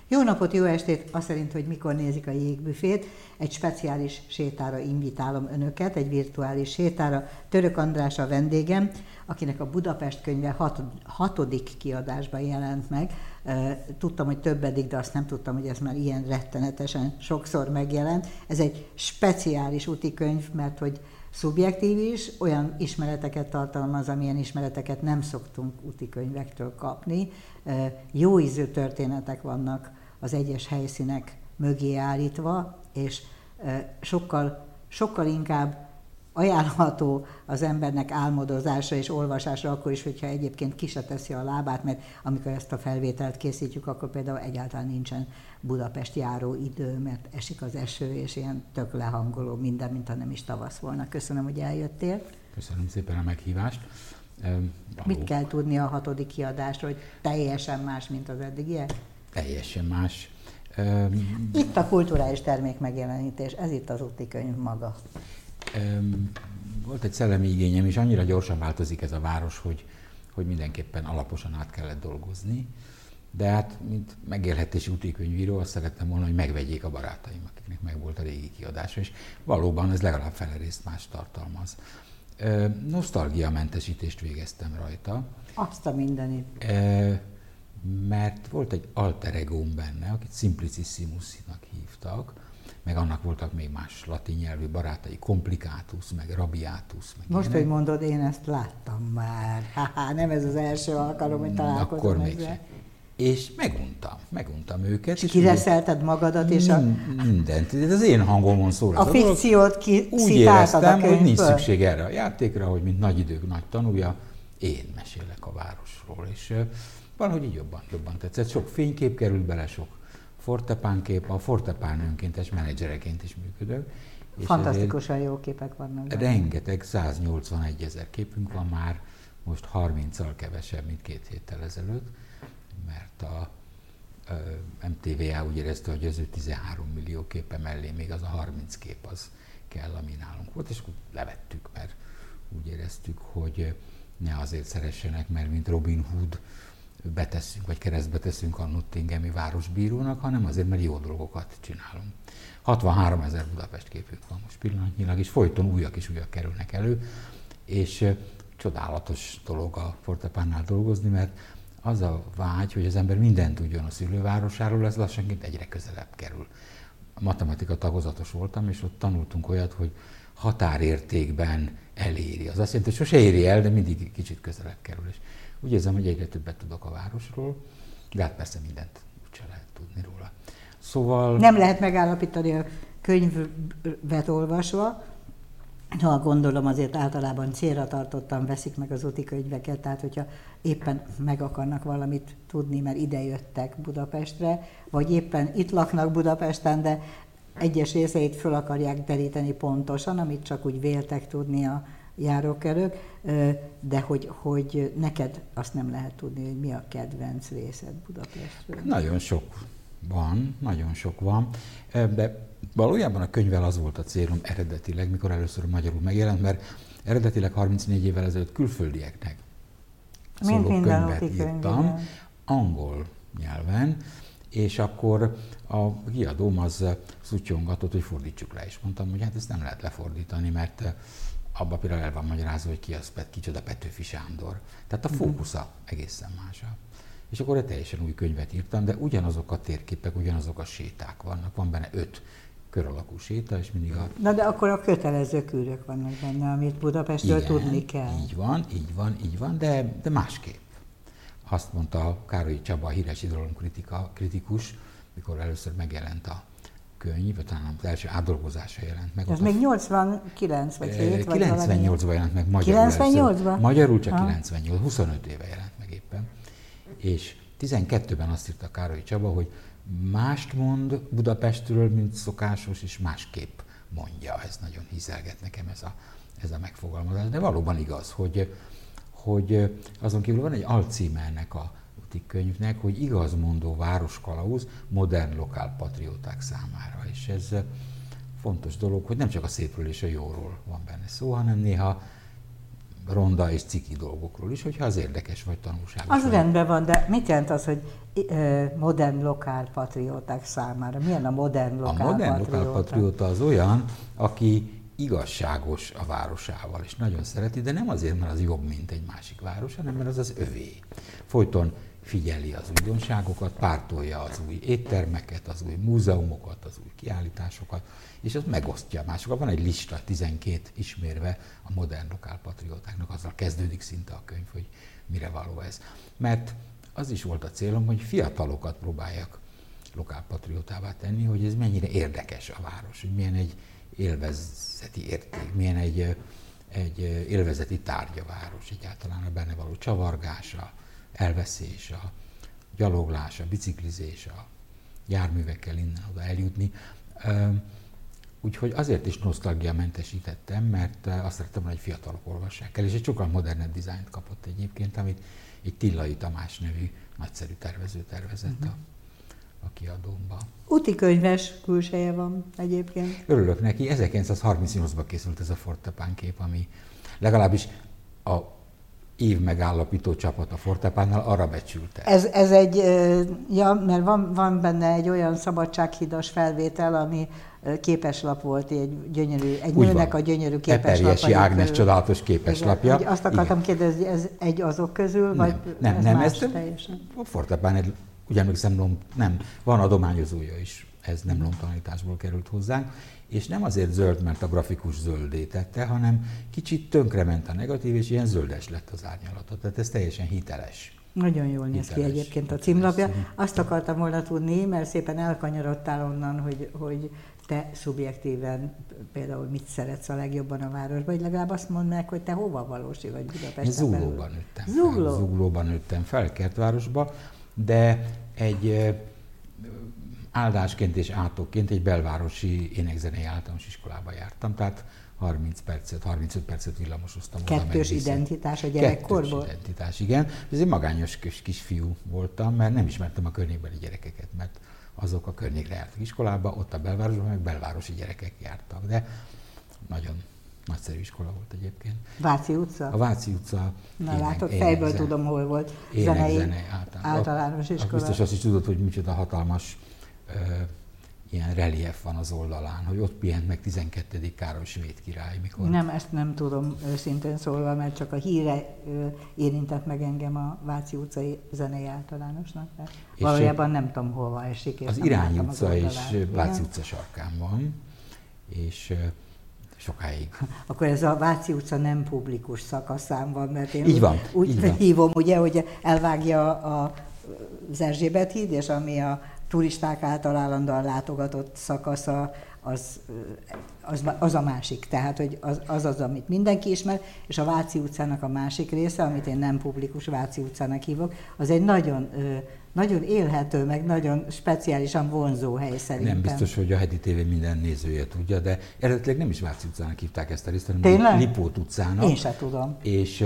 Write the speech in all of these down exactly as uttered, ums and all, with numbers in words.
Jó napot, jó estét! Azt szerint, hogy mikor nézik a jégbüfét, egy speciális sétára invitálom önöket, egy virtuális sétára. Török András a vendégem, akinek a Budapest könyve hat, hatodik kiadásban jelent meg. Tudtam, hogy többedik, de azt nem tudtam, hogy ez már ilyen rettenetesen sokszor megjelent. Ez egy speciális útikönyv, mert hogy szubjektív is, olyan ismereteket tartalmaz, amilyen ismereteket nem szoktunk útikönyvektől kapni. Jó ízű történetek vannak az egyes helyszínek mögé állítva, és sokkal, sokkal inkább ajánlható az embernek álmodozásra és olvasásra, akkor is, hogyha egyébként ki se teszi a lábát, mert amikor ezt a felvételt készítjük, akkor például egyáltalán nincsen Budapest járó idő, mert esik az eső, és ilyen tök lehangoló minden, mintha nem is tavasz volna. Köszönöm, hogy eljöttél. Köszönöm szépen a meghívást. Ehm, Mit kell tudni a hatodik kiadásról, hogy teljesen más, mint az eddigiek? Teljesen más. Ehm, itt a kulturális termék megjelenítés, ez itt az útikönyv maga. Volt egy szellemi igényem, és annyira gyorsan változik ez a város, hogy, hogy mindenképpen alaposan át kellett dolgozni. De hát, mint megélhetési útikönyvíró, azt szerettem volna, hogy megvegyék a barátaim, akiknek megvolt a régi kiadása, és valóban ez legalább fele részt más tartalmaz. Nosztalgiamentesítést végeztem rajta. Azt a mindenit. Mert volt egy alter egóm benne, akit Simplicissimusnak hívtak, meg annak voltak még más latin nyelvű barátai, Complicatus, meg Rabiatus. Meg Most, ilyenek. hogy mondod, én ezt láttam már. Ha-ha, nem ez az első alkalom, hogy találkozom Akkor ezzel. még És meguntam, meguntam őket. És, és kireszelted magadat, és a... Mindent. Ez az én hangomon szól. A fikciót kiszitáltad a Úgy éreztem, könyvből. hogy nincs szükség erre a játékra, hogy mint nagy idők nagy tanúja, én mesélek a városról. És valahogy így jobban, jobban tetszett. Sok fénykép került bele, sok fortepánkép, a fortepán önkéntes menedzsereként is működök. Fantasztikusan jó képek vannak. Rengeteg, száznyolcvanegy ezer képünk van már, most harminccal kevesebb, mint két héttel ezelőtt, mert a, a em té vé á úgy érezte, hogy az ő tizenhárom millió képe mellé még az a harminc kép az kell, ami nálunk volt, és akkor levettük, mert úgy éreztük, hogy ne azért szeressenek, mert mint Robin Hood betesszünk, vagy keresztbe teszünk a nottinghami városbírónak, hanem azért, mert jó dolgokat csinálunk. hatvanhárom ezer Budapest képünk van most pillanatnyilag, és folyton újak és újak kerülnek elő, és csodálatos dolog a fortepánnál dolgozni, mert az a vágy, hogy az ember mindent tudjon a szülővárosáról, ez lassanként egyre közelebb kerül. A matematika tagozatos voltam, és ott tanultunk olyat, hogy határértékben eléri. Az azt jelenti, hogy sose éri el, de mindig kicsit közelebb kerül. És úgy érzem, hogy egyre többet tudok a városról, de hát persze mindent úgyse lehet tudni róla. Szóval... Nem lehet megállapítani a könyvet olvasva, ha gondolom azért általában célra tartottan veszik meg az útikönyveket, tehát hogyha éppen meg akarnak valamit tudni, mert ide jöttek Budapestre, vagy éppen itt laknak Budapesten, de egyes részeit föl akarják deríteni pontosan, amit csak úgy véltek tudni a járókelők, de hogy, hogy neked azt nem lehet tudni, hogy mi a kedvenc részed Budapestről. Nagyon sok van, nagyon sok van, de valójában a könyvvel az volt a célom eredetileg, mikor először magyarul megjelent, mert eredetileg harmincnégy évvel ezelőtt külföldieknek szóló könyvet írtam, angol nyelven, és akkor a kiadóm az szutyongatott, hogy fordítsuk le, és mondtam, hogy hát ezt nem lehet lefordítani, mert abban például el van magyarázva, hogy ki az, kicsoda Petőfi Sándor. Tehát a fókusza egészen másabb. És akkor egy teljesen új könyvet írtam, de ugyanazok a térképek, ugyanazok a séták vannak. Van benne öt kör alakú séta, és mindig a... Na de akkor a kötelező kürök vannak benne, amit Budapestről igen, tudni kell. Így van, így van, így van, de, de másképp. Azt mondta Károly Csaba, a híres irodalomkritika, kritikus, mikor először megjelent a könyv, talán az első átdolgozása jelent meg. Ez még nyolcvankilenc vagy hét vagy kilencvennyolcban jelent meg magyarul. kilencvennyolcban? Magyarul csak ha. kilencvennyolc, huszonöt éve jelent meg éppen. És tizenkettőben azt írta Károly Csaba, hogy mást mond Budapestről, mint szokásos, és másképp mondja. Ez nagyon hízelget nekem ez a, ez a megfogalmazás. De valóban igaz, hogy, hogy azon kívül van egy alcíme ennek a könyvnek, hogy igazmondó városkalauz modern lokálpatrióták számára. És ez fontos dolog, hogy nem csak a szépről és a jóról van benne szó, hanem néha ronda és ciki dolgokról is, hogyha az érdekes vagy tanulságos. Az vagy. rendben van, de mit jelent az, hogy modern lokálpatrióták számára? Milyen a modern lokálpatrióta? A modern lokálpatrióta az olyan, aki igazságos a városával, és nagyon szereti, de nem azért, mert az jobb, mint egy másik város, hanem mert az az övé. Folyton figyeli az újdonságokat, pártolja az új éttermeket, az új múzeumokat, az új kiállításokat, és az megosztja másokat. Van egy lista, tizenkét ismérve a modern lokálpatriótáknak, azzal kezdődik szinte a könyv, hogy mire való ez. Mert az is volt a célom, hogy fiatalokat próbáljak lokálpatriótává tenni, hogy ez mennyire érdekes a város, hogy milyen egy élvezeti érték, milyen egy, egy élvezeti tárgy a város, egyáltalán a benne való csavargása, elveszés, a gyaloglás, a biciklizés, a járművekkel innen-oda eljutni. Úgyhogy azért is nosztalgiamentesítettem, mert azt szerettem volna, hogy fiatalok olvassák el, és egy sokkal modernebb dizájnt kapott egyébként, amit egy Tillai Tamás nevű nagyszerű tervező tervezett a, a kiadómba. Úti könyves külseje van egyébként. Örülök neki, ezerkilencszázharmincnyolcban készült ez a Fortepán kép, ami legalábbis a év megállapító csapat a Fortepánnal arra becsülte. Ez, ez egy, ja, mert van, van benne egy olyan szabadsághidas felvétel, ami képeslap volt, egy gyönyörű, egy Úgy nőnek van. a gyönyörű képeslapja. Eperjesi Ágnes csodálatos képeslapja. Igen, azt akartam Igen. kérdezni, ez egy azok közül, nem, vagy nem, ez nem, más ez teljesen? A Fortepán egy, ugyanúgy hiszem, nem, van adományozója is, ez nem lomtalanításból került hozzánk, és nem azért zöld, mert a grafikus zöldé tette, hanem kicsit tönkrement a negatív, és ilyen zöldes lett az árnyalata. Tehát ez teljesen hiteles. Nagyon jól néz ki egyébként a címlapja. Azt akartam volna tudni, mert szépen elkanyarodtál onnan, hogy, hogy te szubjektíven például mit szeretsz a legjobban a városban, vagy legalább azt mondd meg, hogy te hova valósi vagy Budapesten. Én Zuglóban nőttem Zugló. fel. Zuglóban nőttem fel, Kertvárosba, de egy áldásként és átokként egy belvárosi énekzenei általános iskolába jártam, tehát harminc percet, harmincöt percet villamosoztam. Kettős identitás a gyerekkorból? Kettős identitás, igen. Ez egy magányos kis, kisfiú voltam, mert nem ismertem a környékbeli gyerekeket, mert azok a környékre jártak iskolába, ott a belvárosban meg belvárosi gyerekek jártak, de nagyon nagyszerű iskola volt egyébként. Váci utca? A Váci utca. Na ének, látod, ének, fejből zen, tudom, hol volt. Ének, Zenei zenei általános, általános iskola. Biztos azt is tudod, hogy micsoda hatalmas ö, ilyen relief van az oldalán, hogy ott pihent meg tizenkettedik Károly svéd király. Mikor... Nem, ezt nem tudom őszintén szólva, mert csak a híre ö, érintett meg engem a Váci utcai zenei általánosnak. Valójában nem tudom, hova esik. Az Irányi utca és Váci utca sarkán van, és sokáig. Akkor ez a Váci utca nem publikus szakaszán van, mert én így van, úgy, így úgy van. hívom, ugye, hogy elvágja a, az Erzsébet híd, és ami a turisták által állandóan látogatott szakasza, az, az, az a másik. Tehát, hogy az, az az, amit mindenki ismer, és a Váci utcának a másik része, amit én nem publikus Váci utcának hívok, az egy nagyon, nagyon élhető, meg nagyon speciálisan vonzó hely szerintem. Nem biztos, hogy a Heti té vé minden nézője tudja, de eredetileg nem is Váci utcának hívták ezt a részt, hanem Tényleg? Lipót utcának. Én se tudom. És,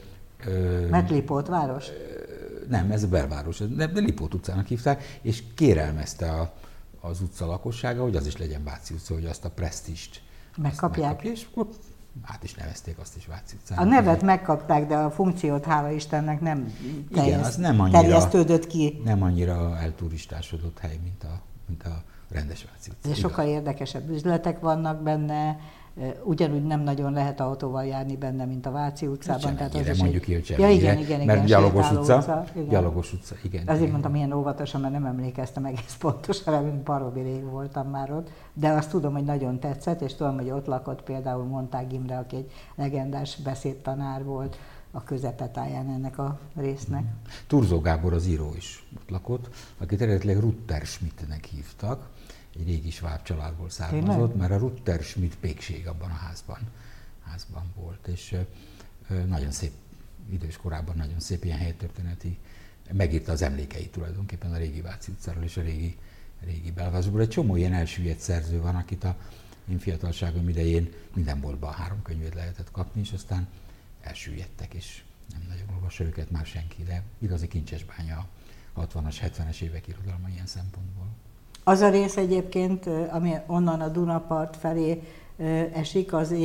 ö, Mert Lipót város? Nem, ez a belváros, de, de Lipót utcának hívták, és kérelmezte a, az utca lakossága, hogy az is legyen Váci utca, hogy azt a presztízst megkapják. megkapja, és akkor át is nevezték azt is Váci utcának. A nevet megkapták, de a funkciót, hála Istennek, nem, teljes, Igen, az nem annyira, terjesztődött ki. Nem annyira elturistásodott hely, mint a, mint a rendes Váci utca. De sokkal érdekesebb üzletek vannak benne, ugyanúgy nem nagyon lehet autóval járni benne, mint a Váci utcában. Tehát az is mondjuk ki, hogy ja, igen, igen, igen, mert gyalogos utca, utca igen. gyalogos utca, igen. Azért igen. mondtam ilyen óvatosan, mert nem emlékeztem egész pontosan, mert baromi rég voltam már ott, de azt tudom, hogy nagyon tetszett, és tudom, hogy ott lakott például Montág Imre, aki egy legendás beszédtanár volt a közepetáján ennek a résznek. Turzó Gábor az író is ott lakott, akit eredetileg Rutter Schmidtnek hívtak, egy régi sváb családból származott, Tényleg? Mert a Rutter Schmidt pékség abban a házban, házban volt, és nagyon szép, idős korában nagyon szép ilyen helytörténeti, megírta az emlékeit tulajdonképpen a régi Váci utcáról és a régi, régi belvárosból. Egy csomó ilyen elsüllyedt szerző van, akit a én fiatalságom idején minden boltban három könyvét lehetett kapni, és aztán elsüllyedtek, és nem nagyon olvassa őket már senki, de igazi kincsesbánya a hatvanas, hetvenes évek irodalma ilyen szempontból. Az a rész egyébként, ami onnan a Dunapart felé esik, az ilyen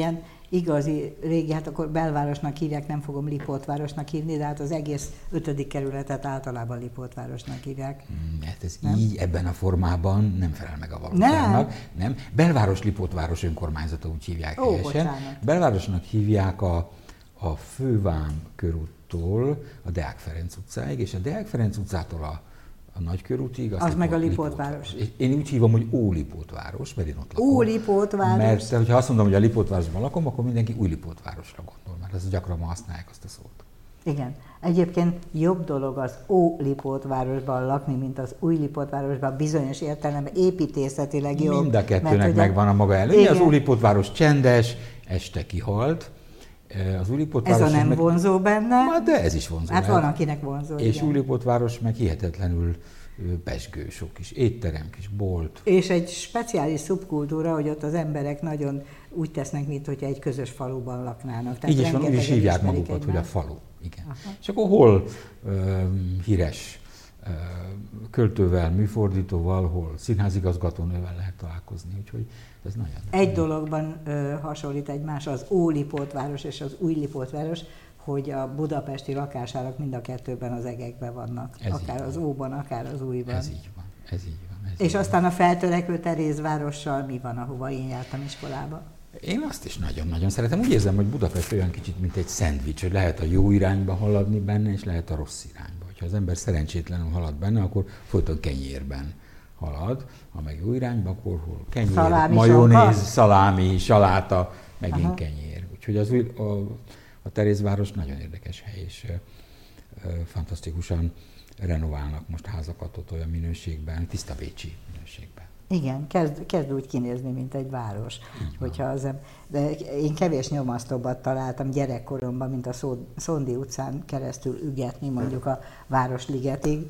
igazi régi, hát akkor belvárosnak hívják, nem fogom Lipótvárosnak hívni, de hát az egész ötödik kerületet általában Lipótvárosnak hívják. Hát ez nem? Így, ebben a formában nem felel meg a valóságnak. Nem. nem. Belváros Lipótváros önkormányzata, úgy hívják Ó, helyesen. bocsánat. Belvárosnak hívják a, a Fővám körúttól a Deák Ferenc utcáig, és a Deák Ferenc utcától a a Nagykörútig, az meg a Lipótváros. Én úgy hívom, hogy Ó-Lipótváros, mert én ott lakom. Ó-Lipótváros. Mert hogyha azt mondom, hogy a Lipótvárosban lakom, akkor mindenki Új-Lipótvárosra gondol, mert ez gyakran ma használják azt a szót. Igen. Egyébként jobb dolog az Ó-Lipótvárosban lakni, mint az Új-Lipótvárosban, bizonyos értelemben építészetileg jobb. Mind a kettőnek megvan a maga előnye. Az Új-Lipótváros csendes, este kihalt. Az Új-Lipótváros ez a nem meg... vonzó benne. Hát de ez is vonzó. Hát van, akinek vonzó. És Új-Lipótváros meg hihetetlenül pezsgő, sok kis étterem, kis bolt. És egy speciális szubkultúra, hogy ott az emberek nagyon úgy tesznek, mint hogyha egy közös faluban laknának. Tehát így is van, úgy is hívják magukat, hogy a falu. Igen. Aha. És akkor hol ö, híres ö, költővel, műfordítóval, hol színházigazgatónővel lehet találkozni, úgyhogy ez nagyon... Egy dologban ö, hasonlít egymás az Ó-Lipótváros és az Új-Lipótváros, hogy a budapesti lakásárak mind a kettőben az egekben vannak. Ez akár az Óban, akár az Újban. Ez így van, ez így van. Ez és így aztán van. a feltörekvő Terézvárossal mi van, ahova én jártam iskolába? Én azt is nagyon-nagyon szeretem. Úgy érzem, hogy Budapest olyan kicsit, mint egy szendvics, hogy lehet a jó irányba haladni benne, és lehet a rossz irányba. Ha az ember szerencsétlenül halad benne, akkor folyton kenyérben halad. Ha meg jó irányba, akkor hol kenyér, szalámi, majonéz, sonka? Szalámi, saláta, megint Aha. kenyér. Úgyhogy az új, a, a Terézváros nagyon érdekes hely, és e, e, fantasztikusan renoválnak most házakat ott olyan minőségben, tiszta bécsi minőségben. Igen, kezd, kezd úgy kinézni, mint egy város. Hogyha az, de én kevés nyomasztóbbat találtam gyerekkoromban, mint a Szondi utcán keresztül ügetni mondjuk a Városligetig,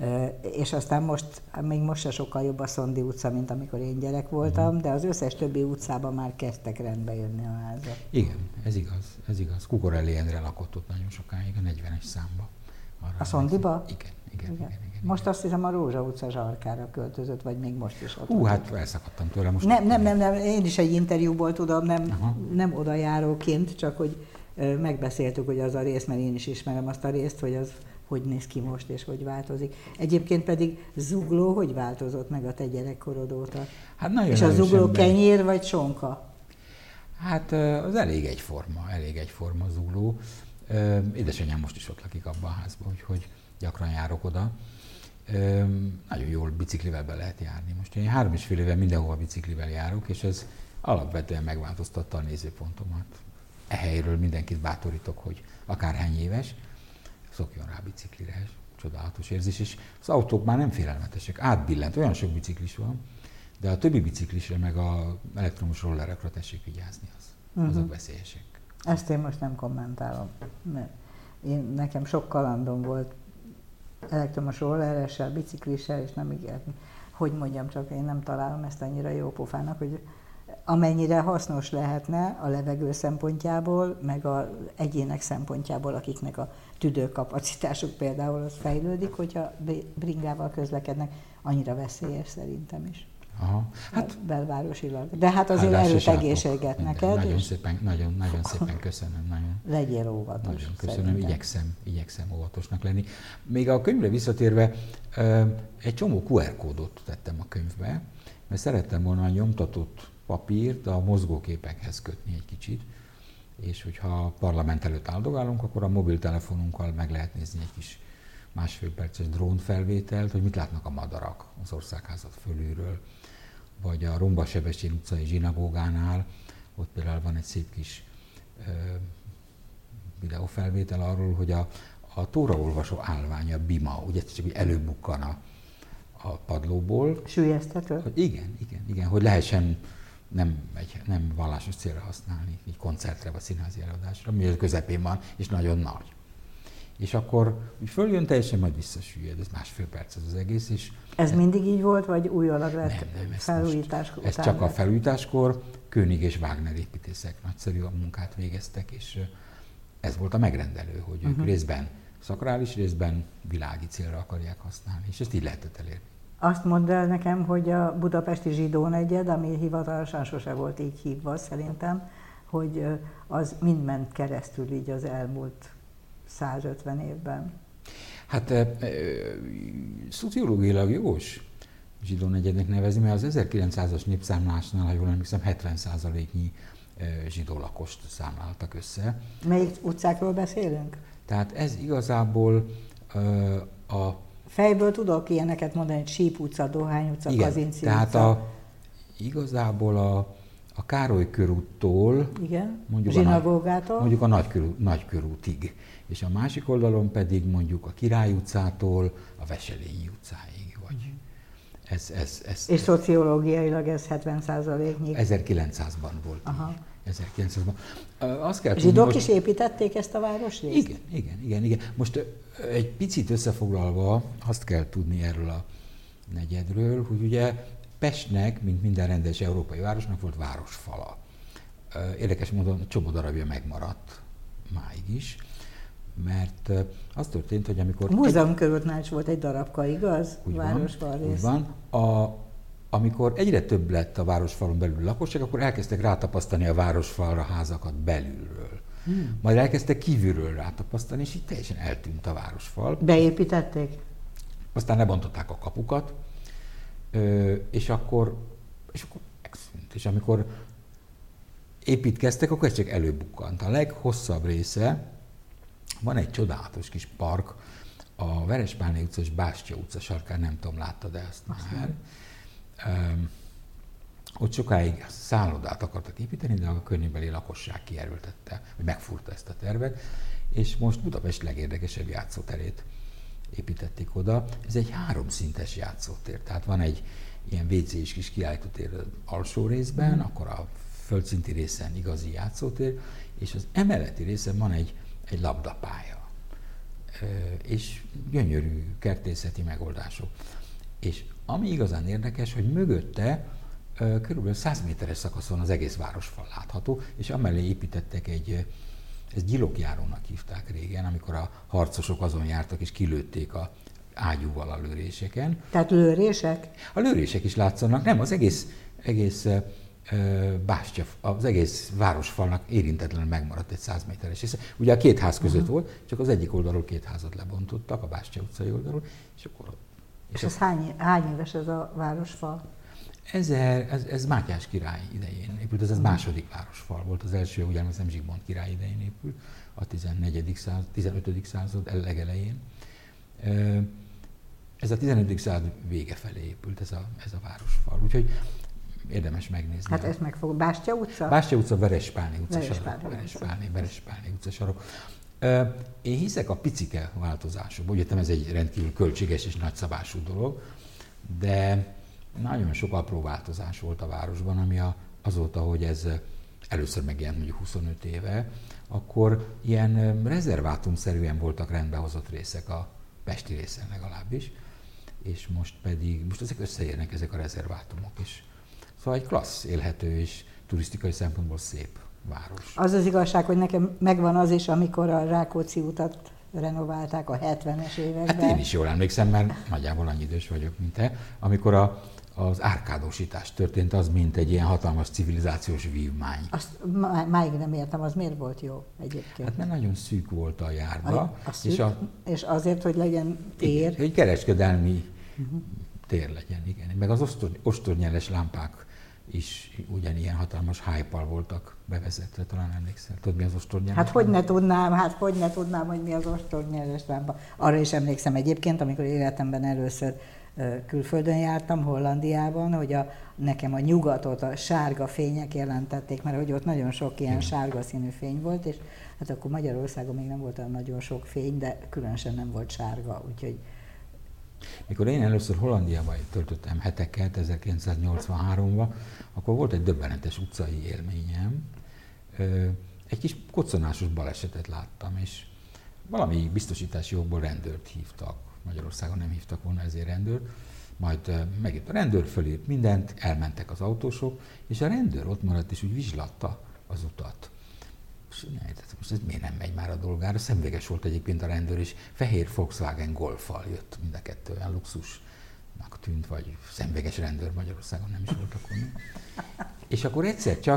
és aztán most, még most se sokkal jobb a Szondi utca, mint amikor én gyerek voltam, de az összes többi utcában már kezdtek rendbe jönni a házak. Igen, ez igaz, ez igaz. Kukorelli Endre lakott ott nagyon sokáig, a negyvenes számba. Arra a Szondiba? Igen, igen, igen. igen, igen. Most azt hiszem a Rózsa utca zsarkára költözött, vagy még most is ott. Hú, hát elszakadtam tőle most. Nem, nem, nem, nem, én is egy interjúból tudom, nem, nem oda járóként, csak hogy megbeszéltük, hogy az a rész, mert én is ismerem azt a részt, hogy az hogy néz ki most, és hogy változik. Egyébként pedig Zugló hogy változott meg a te gyerekkorod óta? Hát nagyon és a Zugló kenyér vagy sonka? Hát az elég egyforma, elég egyforma Zugló. Édesanyám most is ott lakik abban a házban, úgyhogy gyakran járok oda. Nagyon jól biciklivel be lehet járni. Most én három és fél éve mindenhova biciklivel járok, és ez alapvetően megváltoztatta a nézőpontomat. E helyről mindenkit bátorítok, hogy akárhány éves, szokjon rá biciklire, csodálatos érzés, és az autók már nem félelmetesek, átbillent, olyan sok biciklis van, de a többi biciklisre meg a elektromos rollerekre tessék vigyázni, az, uh-huh. azok veszélyesek. Ezt én most nem kommentálom. Én, nekem sok kalandom volt elektromos rolleressel, biciklissel, és nem igen, hogy mondjam, csak én nem találom ezt annyira jó pofának, hogy amennyire hasznos lehetne a levegő szempontjából, meg az egyének szempontjából, akiknek a tüdőkapacitásuk például az fejlődik, hogyha bringával közlekednek, annyira veszélyes szerintem is. Aha. Hát, belvárosilag. De hát azért erőt egészséget neked. Nagyon szépen, nagyon, nagyon szépen köszönöm. Nagyon, legyél óvatos. Nagyon köszönöm, szerintem. igyekszem, igyekszem óvatosnak lenni. Még a könyvre visszatérve, egy csomó kú er kódot tettem a könyvbe, mert szerettem volna a nyomtatott papírt a mozgóképekhez kötni egy kicsit, és hogyha a parlament előtt áldogálunk, akkor a mobiltelefonunkkal meg lehet nézni egy kis másfél perces drónfelvételt, hogy mit látnak a madarak az országházat fölülről, vagy a Romba Sebestyén utcai zsinagógánál, ott például van egy szép kis ö, videófelvétel arról, hogy a, a tóraolvasó állványa, Bima, ugye csak úgy előbukkan a, a padlóból. Süllyeszthető? Hogy igen, igen, igen, hogy lehessen nem, egy, nem vallásos célra használni, így koncertre vagy színházi előadásra, ami közepén van, és nagyon nagy. És akkor úgy följön teljesen, majd visszasüllyed, ez másfél perc ez az egész. És ez mindig így volt, vagy újonnan lett nem, nem, felújításkor? Ez csak a felújításkor, König és Wagner építészek nagyszerű a munkát végeztek, és ez volt a megrendelő, hogy uh-huh. ők részben szakrális, részben világi célra akarják használni, és ezt így lehetett elérni. Azt mondd el nekem, hogy a budapesti zsidó negyed, ami hivatalosan sose volt így hívva szerintem, hogy az mind ment keresztül így az elmúlt százötven évben. Hát e, e, szociológiailag jogos zsidó negyednek nevezni, mert az ezerkilencszázas népszámlásnál, ha jól emlékszem, hetven százaléknyi zsidó lakost számláltak össze. Melyik utcákról beszélünk? Tehát ez igazából uh, a... Fejből tudok ilyeneket mondani, hogy Síp utca, Dohány utca, igen, Kazinci tehát utca. A, igazából a, a Károly körúttól, igen, mondjuk zsinagógától, a, mondjuk a Nagykörút, Nagykörútig, és a másik oldalon pedig mondjuk a Király utcától a Veselényi utcáig, vagy ez, ez, ez, és szociológiailag ez hetven százaléknyi. ezerkilencszázban volt. Aha. ezerkilencszázban. Azt kell Zsidók tudni, is most... építették ezt a városrészt? Igen, igen, igen, igen. Most egy picit összefoglalva azt kell tudni erről a negyedről, hogy ugye Pestnek, mint minden rendes európai városnak volt városfala. Érdekes módon csomó darabja megmaradt máig is, mert az történt, hogy amikor... A múzeum körültnál is volt egy darabka, igaz? Úgy városfal van, rész. úgy van. A, amikor egyre több lett a városfalon belül lakosság, akkor elkezdtek rátapasztani a városfalra házakat belülről. Hmm. Majd elkezdtek kívülről rátapasztani, és így teljesen eltűnt a városfal. Beépítették? Aztán lebontották a kapukat, és akkor, és akkor megszűnt. És amikor építkeztek, akkor ez csak előbukkant. A leghosszabb része, van egy csodálatos kis park, a Verespálné utca és Bástya utca sarkán, nem tudom, láttad de ezt már. Um, ott sokáig szállodát akartak építeni, de a környékbeli lakosság kijelöltette, vagy megfúrta ezt a tervet, és most Budapest legérdekesebb játszóterét építették oda. Ez egy háromszintes játszótér, tehát van egy ilyen vé cés kis kiállítótér alsó részben, mm. akkor a földszinti részen igazi játszótér, és az emeleti részen van egy, egy labdapálya, és gyönyörű kertészeti megoldások. És ami igazán érdekes, hogy mögötte körülbelül száz méteres szakaszon az egész városfal látható, és amellé építettek egy, ezt gyilokjárónak hívták régen, amikor a harcosok azon jártak és kilőtték a ágyúval a lőréseken. Tehát lőrések? A lőrések is látszanak, nem, az egész, egész bástya, az egész városfalnak érintetlenül megmaradt egy száz méteres része. Ugye a két ház között uh-huh. volt, csak az egyik oldalról két házat lebontottak, a Bástya utcai oldalról, és akkor... És, és ez hány, hány éves ez a városfal? Ezer, ez, ez Mátyás király idején épült, ez a második városfal volt, az első, ugye nem Zsigmond király idején épült, a tizennegyedik század, tizenötödik század legelején. Ez a tizenötödik század vége felé épült ez a, ez a városfal, úgyhogy érdemes megnézni. Hát ezt meg fog. Bástya utca? Bástya utca, Verespálné utca Verespálné, sarok. Verespálné, Verespálné utca sarok. Én hiszek a picike változásokban, ugye ez egy rendkívül költséges és nagyszabású dolog, de nagyon sok apró változás volt a városban, ami a, azóta, hogy ez először megjelent mondjuk huszonöt éve, akkor ilyen rezervátumszerűen voltak rendbehozott részek a pesti részen legalábbis, és most pedig, most ezek összeérnek ezek a rezervátumok is. Szóval egy klassz, élhető és turisztikai szempontból szép város. Az az igazság, hogy nekem megvan az is, amikor a Rákóczi utat renoválták a hetvenes években. Hát én is jól emlékszem, mert nagyjából annyi idős vagyok, mint te. Amikor a, az árkádosítás történt, az mint egy ilyen hatalmas civilizációs vívmány. Azt má, máig nem értem, az miért volt jó egyébként? Hát mert nagyon szűk volt a járda. A, a szűk, és, a, és azért, hogy legyen tér? Hogy kereskedelmi uh-huh. tér legyen, igen. Meg az ostor, ostornyeles lámpák is ugyanilyen hatalmas hype-al voltak bevezetve, talán emlékszel. Tudod, mi az ostornyeles? Hát hogy ne tudnám, hát hogy ne tudnám, hogy mi az ostornyeles lámpa. Arra is emlékszem egyébként, amikor életemben először külföldön jártam, Hollandiában, hogy a, nekem a nyugatot a sárga fények jelentették, mert hogy ott nagyon sok ilyen sárga színű fény volt, és hát akkor Magyarországon még nem volt olyan nagyon sok fény, de különösen nem volt sárga, úgyhogy... Mikor én először Hollandiában töltöttem heteket ezerkilencszáznyolcvanháromban, akkor volt egy döbbenetes utcai élményem. Egy kis koccanásos balesetet láttam, és valami biztosítási jogból rendőrt hívtak. Magyarországon nem hívtak volna ezért rendőrt. Majd megjött a rendőr, fölírt mindent, elmentek az autósok, és a rendőr ott maradt, és úgy vizslatta az utat. És most ez miért nem megy már a dolgára? Szemüveges volt egyébként a rendőr, és fehér Volkswagen Golffal jött, mind a kettő olyan luxusnak tűnt, vagy szemüveges rendőr Magyarországon nem is volt akkor. És akkor egyszer csak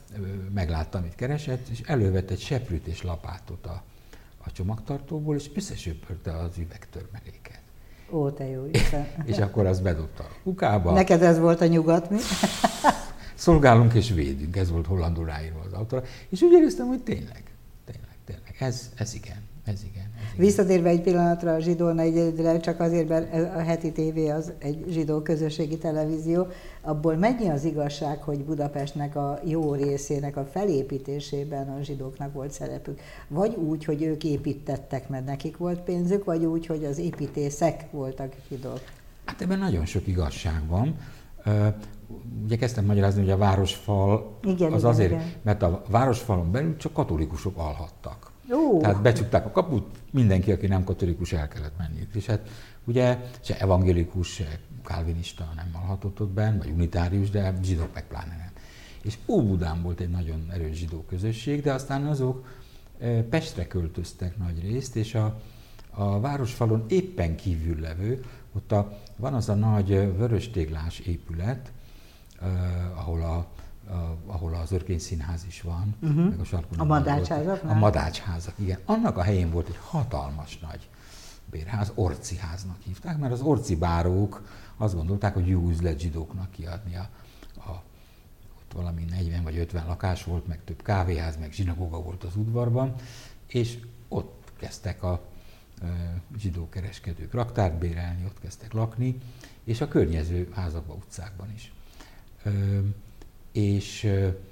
meglátta, amit keresett, és elővett egy seprűt és lapátot a, a csomagtartóból, és összesöpörte az üvegtörmeléket. Ó, te jó Isten. És akkor azt bedobta a kukába. Neked ez volt a nyugat, mi? Szolgálunk és védünk, ez volt hollandul ráírva az autóra. És úgy éreztem, hogy tényleg, tényleg, tényleg, ez, ez igen, ez igen. Ez igen. Visszatérve egy pillanatra a zsidó negyedre, csak azért, mert a heti tévé az egy zsidó közösségi televízió, abból mennyi az igazság, hogy Budapestnek a jó részének a felépítésében a zsidóknak volt szerepük? Vagy úgy, hogy ők építettek, mert nekik volt pénzük, vagy úgy, hogy az építészek voltak zsidók? Hát ebben nagyon sok igazság van. Ugye kezdtem magyarázni, hogy a városfal igen, az igen, azért, igen. mert a városfalon belül csak katolikusok alhattak. Ó. Tehát becsukták a kaput, mindenki, aki nem katolikus, el kellett menniük. És hát ugye se evangélikus, se kálvinista nem alhatott ott benn, vagy unitárius, de zsidók meg pláne nem. És Óbudán volt egy nagyon erős zsidó közösség, de aztán azok Pestre költöztek nagy részt, és a, a városfalon éppen kívül levő, ott a, van az a nagy vöröstéglás épület, eh, ahol, a, a, ahol az Örkény Színház is van, uh-huh. meg a sarkon. A Madácsházak? A Madácsházak, igen. Annak a helyén volt egy hatalmas nagy bérház, Orci háznak hívták, mert az orci bárók azt gondolták, hogy jó üzlet zsidóknak kiadni a, a ott valami negyven vagy ötven lakás volt, meg több kávéház, meg zsinagóga volt az udvarban, és ott kezdtek a zsidó kereskedők raktárt bérelni, ott kezdtek lakni, és a környező házakban, utcákban is. És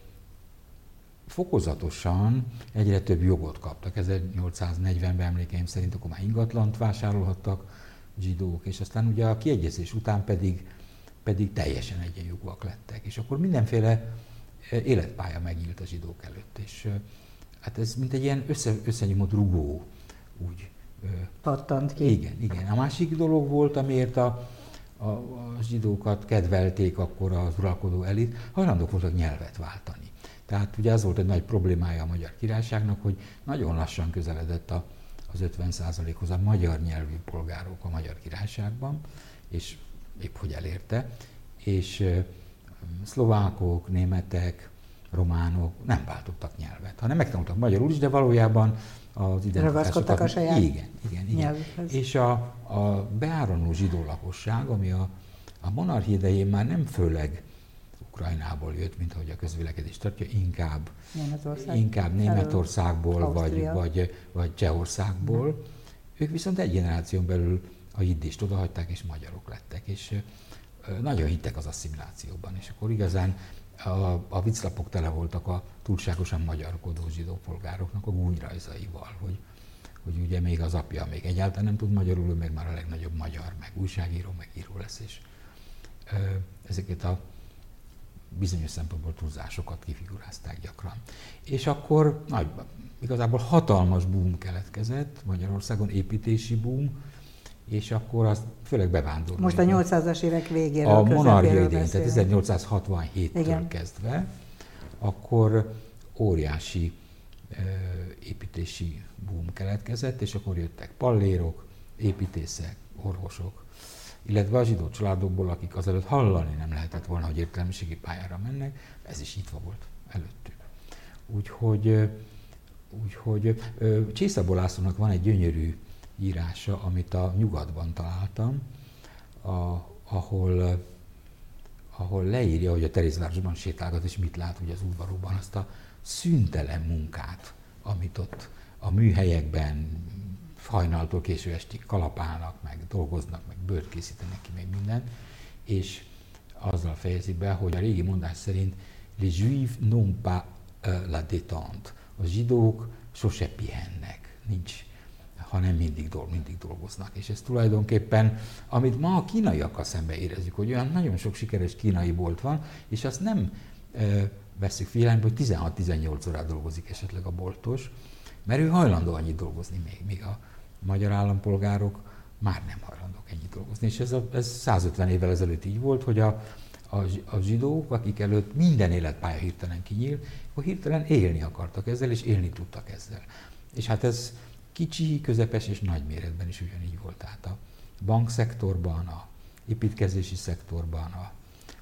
fokozatosan egyre több jogot kaptak. ezernyolcszáznegyvenben emlékeim szerint akkor már ingatlant vásárolhattak zsidók, és aztán ugye a kiegyezés után pedig, pedig teljesen egyenjogúak lettek. És akkor mindenféle életpálya megnyílt a zsidók előtt. És hát ez mint egy ilyen össze, összenyomott rugó, úgy pattant ki. Igen, igen. A másik dolog volt, amiért a, a, a zsidókat kedvelték akkor az uralkodó elit, hajlandók voltak nyelvet váltani. Tehát ugye az volt egy nagy problémája a Magyar Királyságnak, hogy nagyon lassan közeledett a, az ötven százalékhoz a magyar nyelvű polgárok a Magyar Királyságban, és épp hogy elérte, és uh, szlovákok, németek, románok nem váltottak nyelvet, hanem megtanultak magyarul is, de valójában az ragaszkodtak a saját igen, igen, igen. És a, a beáramló zsidó lakosság, ami a, a monarchia idején már nem főleg Ukrajnából jött, mint ahogy a közvélekedés tartja, inkább Németország. inkább Németországból vagy, vagy, vagy Csehországból. Nem. Ők viszont egy generáción belül a jiddist odahagyták, és magyarok lettek, és nagyon hittek az asszimilációban, és akkor igazán a, a vicclapok tele voltak a túlságosan magyarkodó zsidó polgároknak a gúnyrajzaival, hogy, hogy ugye még az apja még egyáltalán nem tud magyarul, ő meg már a legnagyobb magyar, meg újságíró, meg író lesz, és ö, ezeket a bizonyos szempontból túlzásokat kifigurázták gyakran. És akkor nagy, igazából hatalmas boom keletkezett Magyarországon, építési boom, és akkor az főleg bevándorló. Most a nyolcszázas évek végéről, a monarchia idején, tehát ezernyolcszázhatvanhéttől igen. kezdve, akkor óriási ö, építési boom keletkezett, és akkor jöttek pallérok, építészek, orvosok, illetve a zsidó családokból, akik azelőtt hallani nem lehetett volna, hogy értelmiségi pályára mennek, ez is nyitva volt előttük. Úgyhogy, úgyhogy Csészabó Lászlónak van egy gyönyörű írása, amit a Nyugatban találtam, a, ahol, ahol leírja, hogy a Terézvárosban sétálgat, és mit lát ugye az udvarokban, azt a szüntelen munkát, amit ott a műhelyekben hajnaltól késő estig kalapálnak, meg dolgoznak, meg bőrt készítenek ki, meg mindent, és azzal fejezi be, hogy a régi mondás szerint les juifs n'ont pas uh, la détente. A zsidók sose pihennek, nincs, hanem mindig, dolg, mindig dolgoznak. És ez tulajdonképpen, amit ma a kínaiakkal szemben érezzük, hogy olyan nagyon sok sikeres kínai bolt van, és azt nem uh, vesszük figyelembe, hogy tizenhat-tizennyolc órát dolgozik esetleg a boltos, mert ő hajlandó annyit dolgozni még, még a magyar állampolgárok már nem hajlandók ennyit dolgozni. És ez, a, ez százötven évvel ezelőtt így volt, hogy a, a, a zsidók, akik előtt minden életpálya hirtelen kinyílt, akkor hirtelen élni akartak ezzel, és élni tudtak ezzel. És hát ez kicsi, közepes és nagy méretben is ugyanígy volt. Tehát a bankszektorban, a építkezési szektorban, a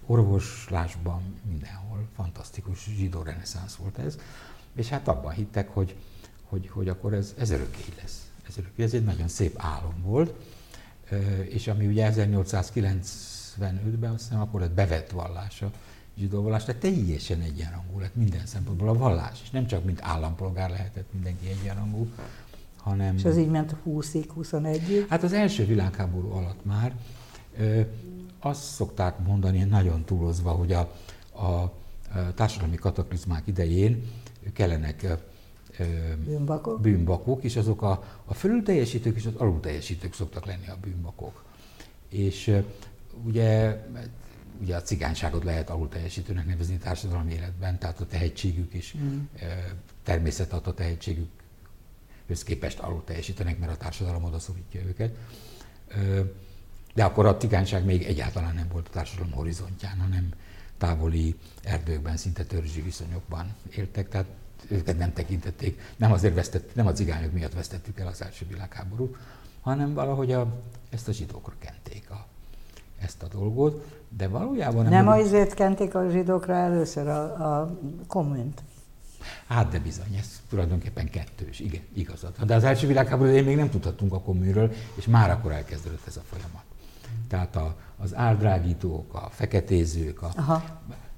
orvoslásban, mindenhol fantasztikus zsidó reneszánsz volt ez, és hát abban hittek, hogy, hogy, hogy akkor ez, ez örökké lesz. Ez, örökké. Ez egy nagyon szép álom volt, és ami ugye ezernyolcszázkilencvenötben azt hiszem, akkor lett bevett vallás a zsidó vallás, tehát teljesen egyenrangú lett minden szempontból a vallás, és nem csak mint állampolgár lehetett mindenki egyenrangú, hanem... És ez így ment húszig, huszonegyig? Hát az első világháború alatt már ö, azt szokták mondani, nagyon túlozva, hogy a, a társadalmi kataklizmák idején kellenek ö, bűnbakok. bűnbakok, és azok a, a fölülteljesítők és az alulteljesítők szoktak lenni a bűnbakok. És ö, ugye, ugye a cigányságot lehet alulteljesítőnek nevezni társadalmi életben, tehát a tehetségük is, mm. természet adta tehetségük höz képest alul teljesítenek, mert a társadalom oda szorítja őket. De akkor a cigányság még egyáltalán nem volt a társadalom horizontján, hanem távoli erdőkben, szinte törzsi viszonyokban éltek, tehát őket nem tekintették, nem azért vesztett, nem a cigányok miatt vesztettük el az első világháborút, hanem valahogy a, ezt a zsidókra kenték a, ezt a dolgot, de valójában nem... Nem azért kenték a zsidókra először a, a kommunt? Hát de bizony, ez tulajdonképpen kettős, igen, igazad. De az első világháború én még nem tudhattunk a kommunről, és már akkor elkezdődött ez a folyamat. Tehát a, az áldrágítók, a feketézők, a, Aha.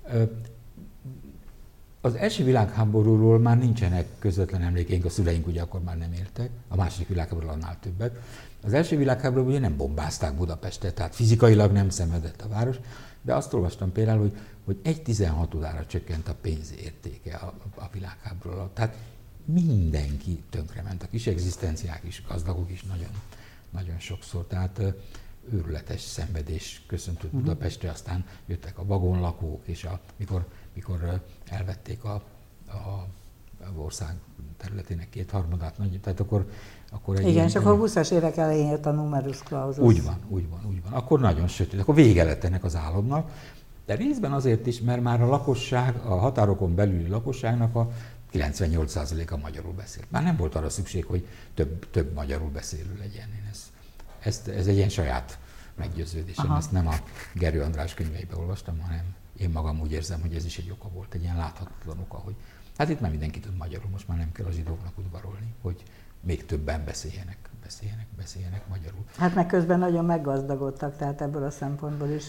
az első világháborúról már nincsenek közvetlen emlékeink, a szüleink ugye akkor már nem éltek, a második világháborúról annál többet. Az első világháborúban ugye nem bombázták Budapestet, tehát fizikailag nem szenvedett a város, de azt olvastam például, hogy, hogy egy tizenhatodára csökkent a pénz értéke a, a világháború alatt. Tehát mindenki tönkrement, a kis egzisztenciák is, gazdagok is nagyon, nagyon sokszor. Tehát őrületes szenvedés köszöntött uh-huh. Budapestre, aztán jöttek a vagonlakók, és a, mikor, mikor elvették a, a ország területének kétharmadát, nagy, tehát akkor, akkor egy igen, ilyen, és akkor a huszas évek elején jött a numerus clausus. Úgy van, úgy van, úgy van. Akkor nagyon sötét, akkor vége lett ennek az álomnak, de részben azért is, mert már a lakosság, a határokon belüli lakosságnak a kilencvennyolc százaléka magyarul beszélt. Már nem volt arra szükség, hogy több, több magyarul beszélő legyen. Én ez, ez, ez egy ilyen saját meggyőződésem, Aha. ezt nem a Gerő András könyveiben olvastam, hanem én magam úgy érzem, hogy ez is egy oka volt, egy ilyen láthatatlan oka, hogy hát itt már mindenki tud magyarul, most már nem kell a zsidóknak udvarolni, hogy még többen beszéljenek, beszéljenek, beszéljenek magyarul. Hát meg közben nagyon meggazdagodtak, tehát ebből a szempontból is,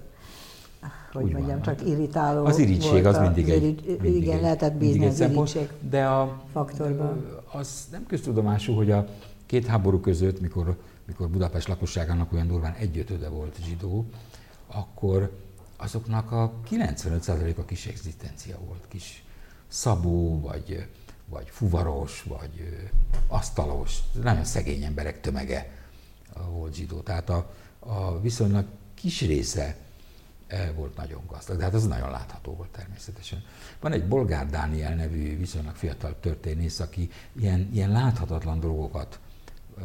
hogy úgy mondjam, van, csak irritáló az irítség volt az mindig egy, irígy, mindig igen, egy, lehetett bízni az irítség de a, faktorban. Az nem köztudomású, hogy a két háború között, mikor, mikor Budapest lakosságának olyan durván egyötöde volt zsidó, akkor azoknak a kilencvenöt százaléka kis egzisztencia volt, kis szabó, vagy, vagy fuvaros, vagy asztalos, nagyon szegény emberek tömege volt zsidó. Tehát a, a viszonylag kis része volt nagyon gazdag, de hát az nagyon látható volt természetesen. Van egy Bolgár Dániel nevű viszonylag fiatal történész, aki ilyen, ilyen láthatatlan dolgokat ö,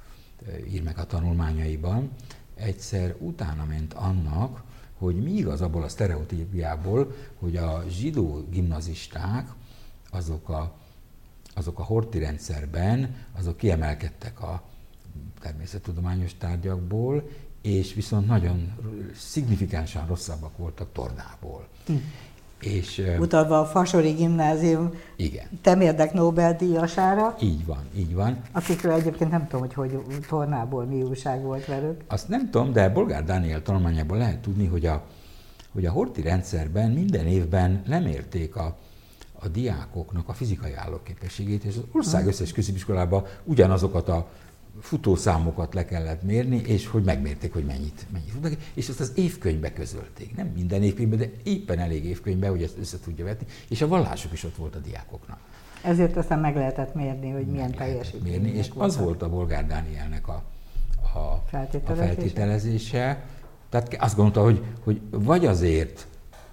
ír meg a tanulmányaiban. Egyszer utána ment annak, hogy mi igaz abból a sztereotípiából, hogy a zsidó gimnazisták, azok a, azok a horthy rendszerben, azok kiemelkedtek a természettudományos tárgyakból, és viszont nagyon szignifikánsan rosszabbak voltak tornából. Hm. És, utalva a Fasori Gimnázium igen. Temérdek Nobel-díjasára. Így van, így van. Akikről egyébként nem tudom, hogy, hogy tornából mi újság volt velük. Azt nem tudom, de Bolgár Dániel tanulmányából lehet tudni, hogy a, hogy a horthy rendszerben minden évben lemérték a, a diákoknak a fizikai állóképességét, és az ország összes középiskolában ugyanazokat a futószámokat le kellett mérni, és hogy megmérték, hogy mennyit, mennyit futnak, és ezt az évkönyvbe közölték. Nem minden évkönyvbe, de éppen elég évkönyvbe, hogy ezt össze tudja vetni, és a vallásuk is ott volt a diákoknak. Ezért aztán meg lehetett mérni, hogy milyen teljesítmények és voltak. Az volt a Bolgár Dánielnek a, a, feltételezése. a feltételezése. Tehát azt gondolta, hogy, hogy vagy azért,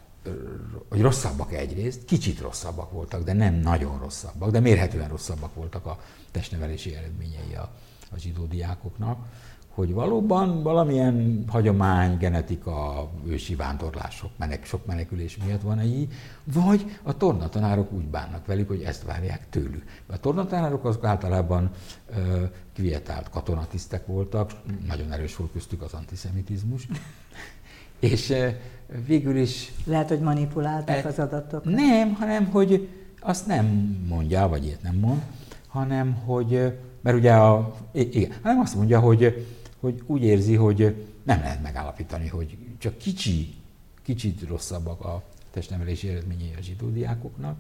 hogy rosszabbak egyrészt, kicsit rosszabbak voltak, de nem nagyon rosszabbak, de mérhetően rosszabbak voltak a testnevelési eredményei a a zsidó diákoknak, hogy valóban valamilyen hagyomány, genetika, ősi vándorlások, menek, sok menekülés miatt van így, vagy a tornatanárok úgy bánnak velük, hogy ezt várják tőlük. A tornatanárok azok általában ö, kvietált katonatisztek voltak, nagyon erős volt köztük az antiszemitizmus, és végül is... Lehet, hogy manipulálták e, az adatokat. Nem, hanem hogy azt nem mondja, vagy ilyet nem mond, hanem hogy, mert ugye a, igen, hanem azt mondja, hogy, hogy úgy érzi, hogy nem lehet megállapítani, hogy csak kicsi, kicsit rosszabbak a testnevelési eredményei a zsidó diákoknak,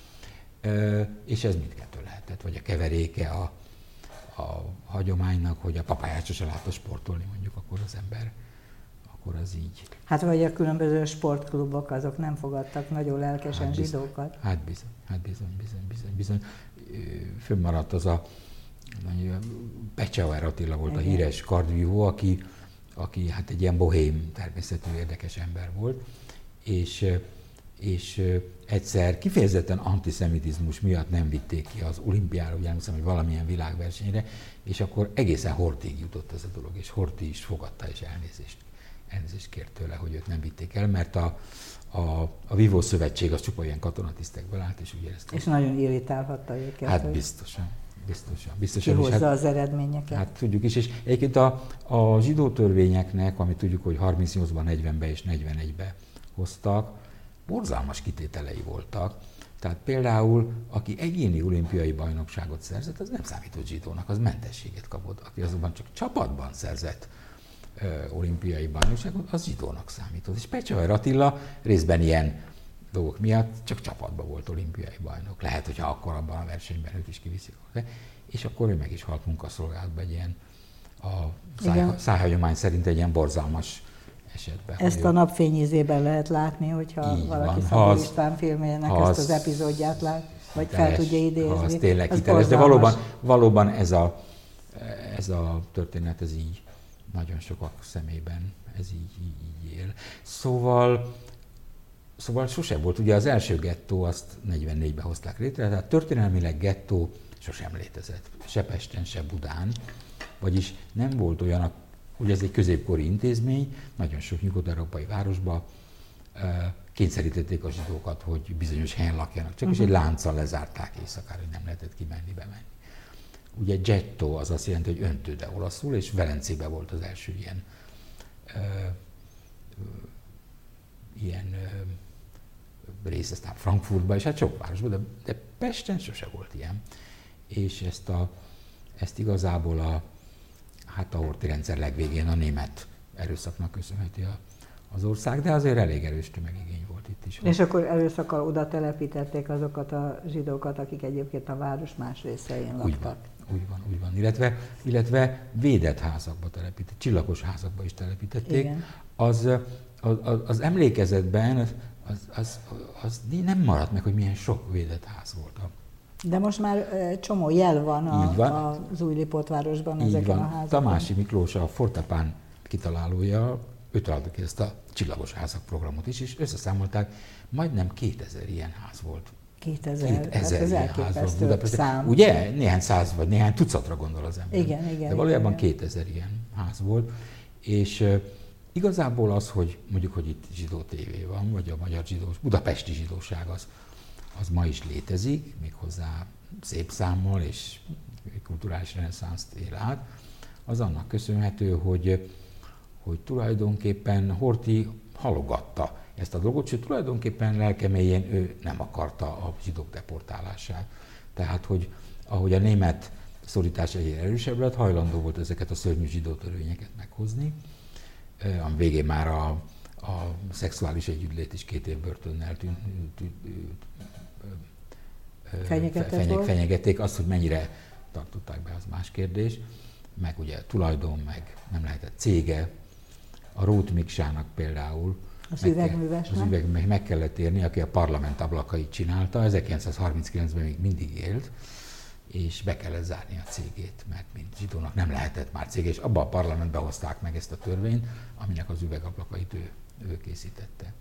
és ez mindkettő lehetett, vagy a keveréke a, a hagyománynak, hogy a papáját sose látta sportolni, mondjuk akkor az ember, akkor az így. Hát vagy a különböző sportklubok, azok nem fogadtak nagyon lelkesen hát bizony, zsidókat. Hát bizony, hát bizony, bizony, bizony, bizony. Fönnmaradt az a Pecsauer Attila volt, igen, a híres kardvívó, aki, aki hát egy ilyen bohém természetű érdekes ember volt, és, és egyszer kifejezetten antiszemitizmus miatt nem vitték ki az olimpiára, ugye emlékszem, hogy valamilyen világversenyre, és akkor egészen Horthyig jutott ez a dolog, és Horthy is fogadta, és elnézést, elnézést kért tőle, hogy őt nem vitték el, mert a, a, a Vívó Szövetség az csupa ilyen katonatisztekből állt, és úgy érezte. És nagyon irritálhatta őket. Hát biztosan. Biztosan, biztosan. Kihozza hát, az eredményeket. Hát tudjuk is, és egyébként a, a zsidó törvényeknek, amit tudjuk, hogy harmincnyolcban, negyvenben és negyvenegyben hoztak, borzalmas kitételei voltak. Tehát például, aki egyéni olimpiai bajnokságot szerzett, az nem számított zsidónak, az mentességet kapott. Aki azonban csak csapatban szerzett ö, olimpiai bajnokságot, az zsidónak számított. És Pecsauer Attila részben ilyen dolgok miatt csak csapatban volt olimpiai bajnok. Lehet, hogyha akkor abban a versenyben őt is kiviszik. És akkor ő meg is halt munkaszolgálatban egy ilyen, a száj, szájhagyomány szerint egy ilyen borzalmas esetben. Ezt a Napfényízében lehet látni, hogyha valaki Szabó István filmjének ezt az, az epizódját lát, vagy fel teles, tudja idézni. Ha az tényleg az hiteles, de valóban, valóban ez, a, ez a történet, ez így nagyon sokak szemében, ez így, így, így él. Szóval Szóval sosem volt. Ugye az első gettó azt negyvennégyben hozták létre, tehát történelmileg gettó sosem létezett. Se Pesten, se Budán. Vagyis nem volt olyan, ugye ez egy középkori intézmény, nagyon sok nyugat-európai városban kényszerítették a zsidókat, hogy bizonyos helyen lakjanak. Csak uh-huh. és egy lánccal lezárták éjszakára, hogy nem lehetett kimenni, bemenni. Ugye getto az azt jelenti, hogy öntőde olaszul, és Velencében volt az első ilyen ö, ö, ilyen ö, rész, aztán Frankfurtban, és hát sok városban, de, de Pesten sose volt ilyen. És ezt, a, ezt igazából a, hát a horthy rendszer legvégén a német erőszaknak köszönheti a, az ország, de azért elég erős tömegigény volt itt is. És akkor erőszakkal oda telepítették azokat a zsidókat, akik egyébként a város más részein laktak. Úgy van, úgy van, úgy van. Illetve, illetve védett házakba telepítették, csillagos házakba is telepítették. Igen. Az, az, az emlékezetben az, az, az, az nem maradt meg, hogy milyen sok védett ház volt. De most már csomó jel van, a, van. az Újlipótvárosban ezeken a házakon. Tamási Miklós, a Fortepán kitalálója, ő találta ki ezt a csillagos házak programot is, és összeszámolták, majdnem kétezer ilyen ház volt. kétezer, kétezer hát ilyen ház volt Budapesten. Szám. Ugye? Néhány száz vagy néhány tucatra gondol az ember. Igen, igen. De valójában igen. kétezer ilyen ház volt. És uh, igazából az, hogy mondjuk, hogy itt zsidó tévé van, vagy a magyar zsidós, budapesti zsidóság az, az ma is létezik, méghozzá szép számmal, és kulturális reneszánszt él át, az annak köszönhető, hogy hogy tulajdonképpen Horthy halogatta ezt a dolgot, sőt tulajdonképpen lelkeméjén ő nem akarta a zsidók deportálását. Tehát, hogy ahogy a német szorítás egyre erősebb lett, hajlandó volt ezeket a szörnyű zsidó törvényeket meghozni, ami végén már a, a szexuális együttlét is két év börtönnel tűn, tűn, fenyeg, fenyegették. Azt, hogy mennyire tartották be, az más kérdés. Meg ugye tulajdon, meg nem lehetett cége. A Róth Miksának például az üvegművesnek az üveg meg kellett érni, aki a parlament ablakait csinálta, ezerkilencszázharminckilencben még mindig élt, és be kellett zárni a cégét, mert mint zsidónak nem lehetett már cége, és abba a parlamentbe hozták meg ezt a törvényt, aminek az üvegablakait ő, ő készítette.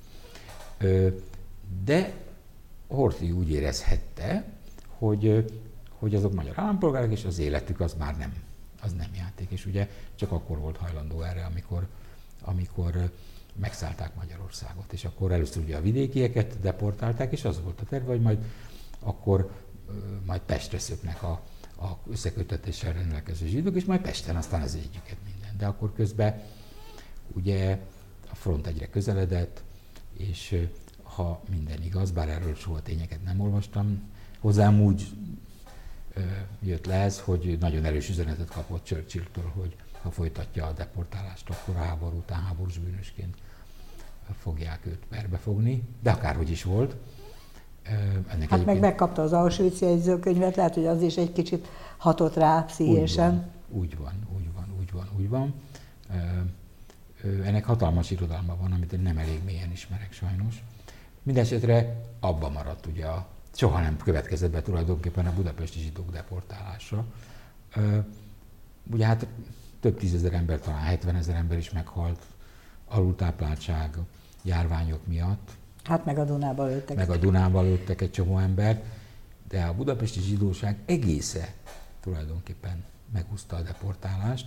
De Horthy úgy érezhette, hogy, hogy azok magyar állampolgárok, és az életük az már nem, az nem játék, és ugye csak akkor volt hajlandó erre, amikor amikor megszállták Magyarországot. És akkor először ugye a vidékieket deportálták, és az volt a terve, hogy majd akkor majd Pestre szöknek a, a összekötetéssel rendelkező zsidók, és majd Pesten aztán az együket minden. De akkor közben ugye a front egyre közeledett, és ha minden igaz, bár erről soha tényeket nem olvastam, hozzám úgy jött le ez, hogy nagyon erős üzenetet kapott Churchilltől, hogy ha folytatja a deportálást, akkor a háború után háborús bűnösként fogják őt perbefogni, de akárhogy is volt. Ennek hát meg megkapta az Auschwitz jegyzőkönyvet, lehet, hogy az is egy kicsit hatott rá pszichésen. Úgy van, úgy van, úgy van, úgy van. Ennek hatalmas irodalma van, amit én nem elég mélyen ismerek sajnos. Mindenesetre abba maradt ugye a soha nem következett be tulajdonképpen a budapesti zsidók deportálása. Ugye hát több tízezer ember, talán hetvenezer ember is meghalt alultápláltság, járványok miatt. Hát meg a Dunába lőttek. Meg a Dunába lőttek egy csomó embert, de a budapesti zsidóság egésze tulajdonképpen megúszta a deportálást,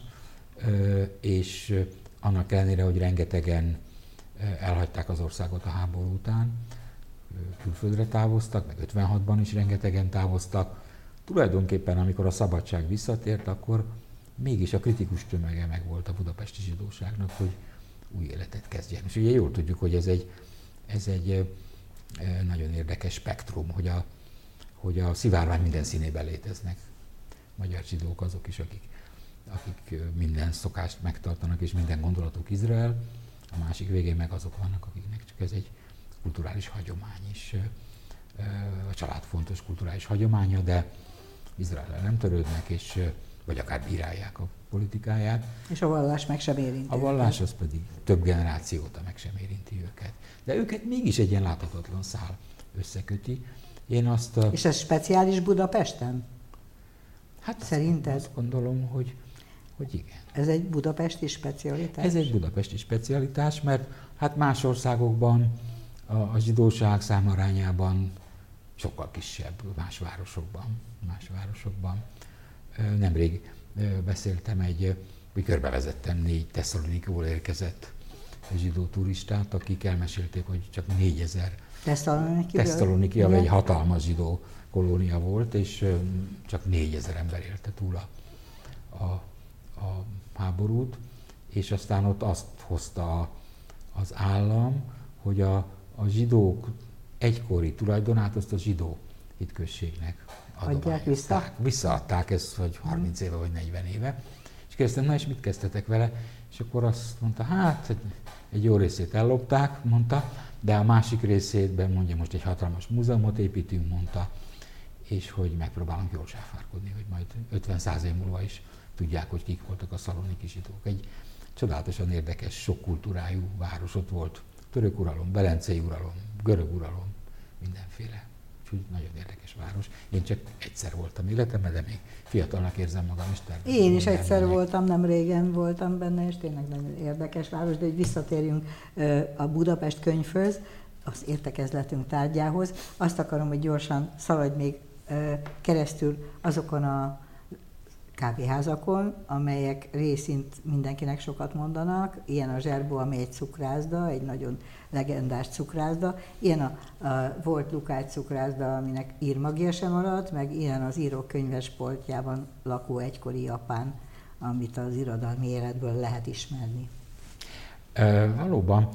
és annak ellenére, hogy rengetegen elhagyták az országot a háború után, külföldre távoztak, meg ötvenhatban is rengetegen távoztak. Tulajdonképpen, amikor a szabadság visszatért, akkor mégis a kritikus tömege megvolt a budapesti zsidóságnak, hogy új életet kezdjen. És ugye jól tudjuk, hogy ez egy, ez egy nagyon érdekes spektrum, hogy a, hogy a szivárvány minden színében léteznek magyar zsidók, azok is, akik, akik minden szokást megtartanak, és minden gondolatuk Izrael. A másik végén meg azok vannak, akiknek csak ez egy kulturális hagyomány is. A család fontos kulturális hagyománya, de Izraellel nem törődnek, és vagy akár bírálják a politikáját. És a vallás meg sem érinti. A vallás az pedig több generációta meg sem érinti őket. De őket mégis egy ilyen láthatatlan szál összeköti. Én azt... És ez speciális Budapesten? Hát szerinted? Azt gondolom, hogy, hogy igen. Ez egy budapesti specialitás? Ez egy budapesti specialitás, mert hát más országokban a, a zsidóság számarányában sokkal kisebb, más városokban. Más városokban. Nemrég beszéltem egy, hogy körbevezettem négy Tesszalonikiból érkezett zsidó turistát, akik elmesélték, hogy csak négyezer Tesszaloniki, ami egy hatalmas zsidó kolónia volt, és csak négyezer ember élte túl a, a, a háborút, és aztán ott azt hozta az állam, hogy a, a zsidók egykori tulajdonát azt a zsidó hitközségnek adják vissza? Visszaadták ezt, vagy harminc éve, vagy negyven éve. És kérdeztem, na és mit kezdtetek vele? És akkor azt mondta, hát egy jó részét ellopták, mondta, de a másik részétben mondja, most egy hatalmas múzeumot építünk, mondta, és hogy megpróbálunk jól sáfárkodni, hogy majd ötven-száz év múlva is tudják, hogy kik voltak a szaloniki zsidók. Egy csodálatosan érdekes, sok kultúrájú város ott volt. Török uralom, velencei uralom, görög uralom, mindenféle. Úgyhogy nagyon érdekes város. Én csak egyszer voltam életemben, de még fiatalnak érzem magam is. Én is egyszer mennek. voltam, nem régen voltam benne, és tényleg nagyon érdekes város, de hogy visszatérjünk a Budapest könyvhöz, az értekezletünk tárgyához. Azt akarom, hogy gyorsan szaladj még keresztül azokon a kávéházakon, amelyek részint mindenkinek sokat mondanak. Ilyen a Zserbó, amely egy cukrászda, egy nagyon legendás cukrászda. Ilyen a, a volt Lukács cukrászda, aminek írmagja sem maradt, meg ilyen az írók könyvespoltjában lakó egykori japán, amit az irodalmi életből lehet ismerni. E, valóban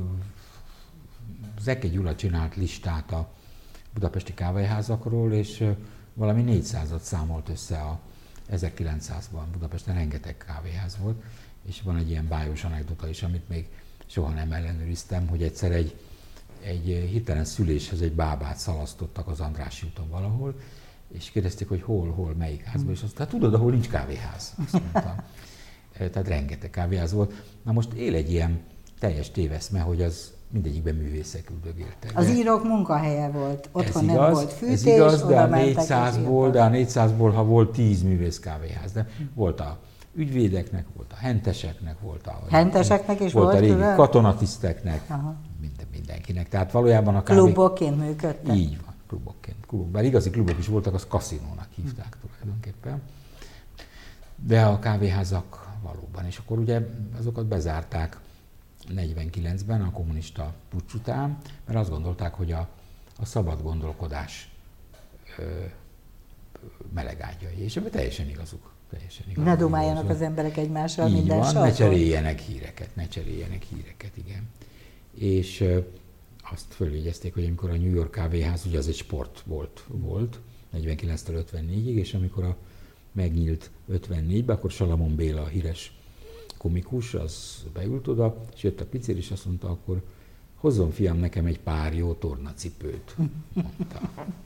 Zeke Gyula csinált listát a budapesti kávéházakról, és valami négyszázat számolt össze a ezerkilencszázban Budapesten rengeteg kávéház volt, és van egy ilyen bájos anekdota is, amit még soha nem ellenőriztem, hogy egyszer egy, egy hirtelen szüléshez egy bábát szalasztottak az Andrássy úton valahol, és kérdezték, hogy hol, hol, melyik házban, és azt, hát tudod, ahol nincs kávéház, azt mondtam. Tehát rengeteg kávéház volt. Na most él egy ilyen teljes téveszme, hogy az mindegyikben művészek üldögéltek. Az írók munkahelye volt, otthon nem igaz, volt fűtés, ez igaz, de a négyszázból, de a négyszázból, ha volt tíz művész kávéház, de volt a ügyvédeknek, volt a henteseknek, volt a, henteseknek is volt, volt a régi külön? katonatiszteknek, minden, mindenkinek. Tehát valójában a kávé... Klubokként működtek? Így van, klubokként. Klubok. Bár igazi klubok is voltak, az kaszinónak hívták tulajdonképpen. De a kávéházak valóban. És akkor ugye azokat bezárták negyvenkilencben a kommunista puccs után, mert azt gondolták, hogy a, a szabad gondolkodás ö, melegágyai, és ebben teljesen igazuk Teljesen ne dumáljanak az emberek egymással így minden van, sarkon. ne cseréljenek híreket, ne cseréljenek híreket, igen. És uh, azt följegyezték, hogy amikor a New York kávéház, ugye az egy sport volt, volt negyvenkilenctől ötvennégyig, és amikor a megnyílt ötvennégyben, akkor Salamon Béla, a híres komikus, az beült oda, és jött a pincér, és azt mondta, akkor hozzon fiam nekem egy pár jó tornacipőt, mondta.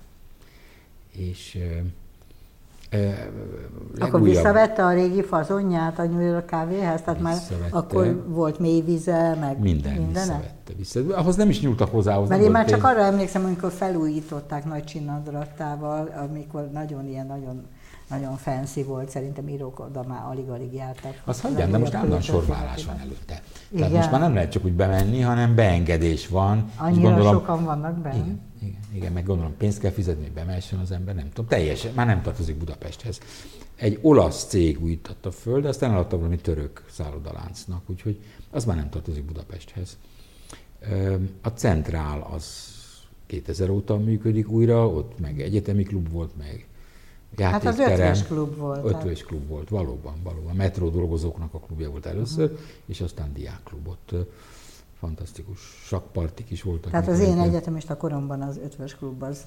És e, e, akkor visszavette a régi fazonját a New York kávéhez, tehát már akkor volt mélyvíze, meg minden mindene? Visszavette, visszavette. Ahhoz nem is nyúltak hozzá. Ahhoz Mert én már pénz. csak arra emlékszem, amikor felújították nagy csinnadrattával, amikor nagyon ilyen, nagyon nagyon fancy volt, szerintem írók oda már alig-alig jártak. Azt hagyján, de most állandóan sorválás van előtte. Igen. Tehát most már nem lehet csak úgy bemenni, hanem beengedés van. Annyira gondolom, sokan vannak benne. Igen, igen, igen, meg gondolom pénzt kell fizetni, hogy bemehessen az ember, nem tudom, teljesen, már nem tartozik Budapesthez. Egy olasz cég újította föl, de aztán eladta valami török szállodaláncnak, úgyhogy az már nem tartozik Budapesthez. A Centrál az kétezer óta működik újra, ott meg egyetemi klub volt, meg hát az ötvös klub volt. Ötvös klub volt, valóban, valóban. A metró dolgozóknak a klubja volt először, uh-huh. és aztán diákklub. Ott fantasztikus sakkpartik is voltak. Tehát az én egyetemista koromban az ötvös klub az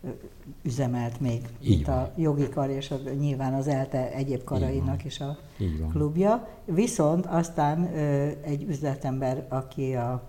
üzemelt még, így mint van. A jogi kar, és a, nyilván az ELTE egyéb karainak is a klubja. Viszont aztán egy üzletember, aki a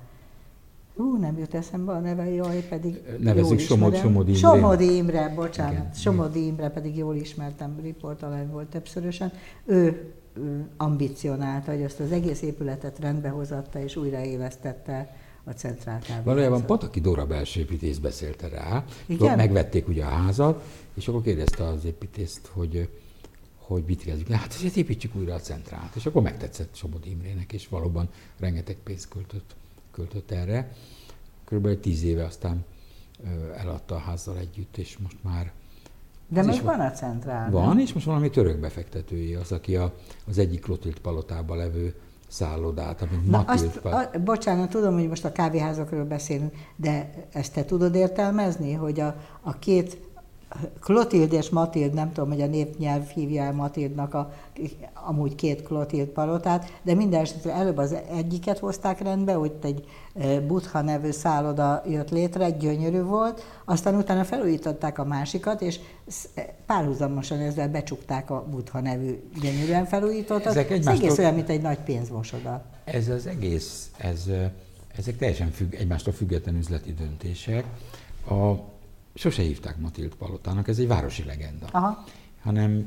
Hú, nem jut eszembe a neve, jaj, pedig nevezzük Somod, Somodi Imre. Somodi Imre, bocsánat. Igen, Somodi Imre pedig jól ismertem, riportalany volt többszörösen. Ő, ő ambicionálta, hogy azt az egész épületet rendbe hozatta és újraélesztette a Centrál kávéházat. Valójában Pataki Dóra belsőépítész beszélte rá, igen? Megvették ugye a házat, és akkor kérdezte az építészt, hogy hogy mit kezdjük. Hát azért építsük újra a Centrált. És akkor megtetszett Somodi Imrének, és valóban rengeteg pénzt költött. költött erre. Körülbelül tíz éve aztán eladta a házzal együtt, és most már... De még van a Centrál, Van, nem? és most valami török befektetői az, aki a, az egyik Klotild palotában levő szállodát, amit Na Matild azt, pal... a, bocsánat, tudom, hogy most a kávéházakról beszélünk, de ezt te tudod értelmezni, hogy a, a két Klotild és Matild, nem tudom, hogy a népnyelv hívja el Matildnak a, amúgy két Klotild palotát, de minden esetre előbb az egyiket hozták rendbe, hogy egy Buddha nevű szálloda jött létre, gyönyörű volt, aztán utána felújították a másikat, és párhuzamosan ezzel becsukták a Buddha nevű gyönyörűen felújítottat. Ez egymástól... egész olyan, mint egy nagy pénzmosoda. Ez az egész, ez, ezek teljesen függ, egymástól független üzleti döntések. A Sose hívták Matild palotának, ez egy városi legenda. Aha. Hanem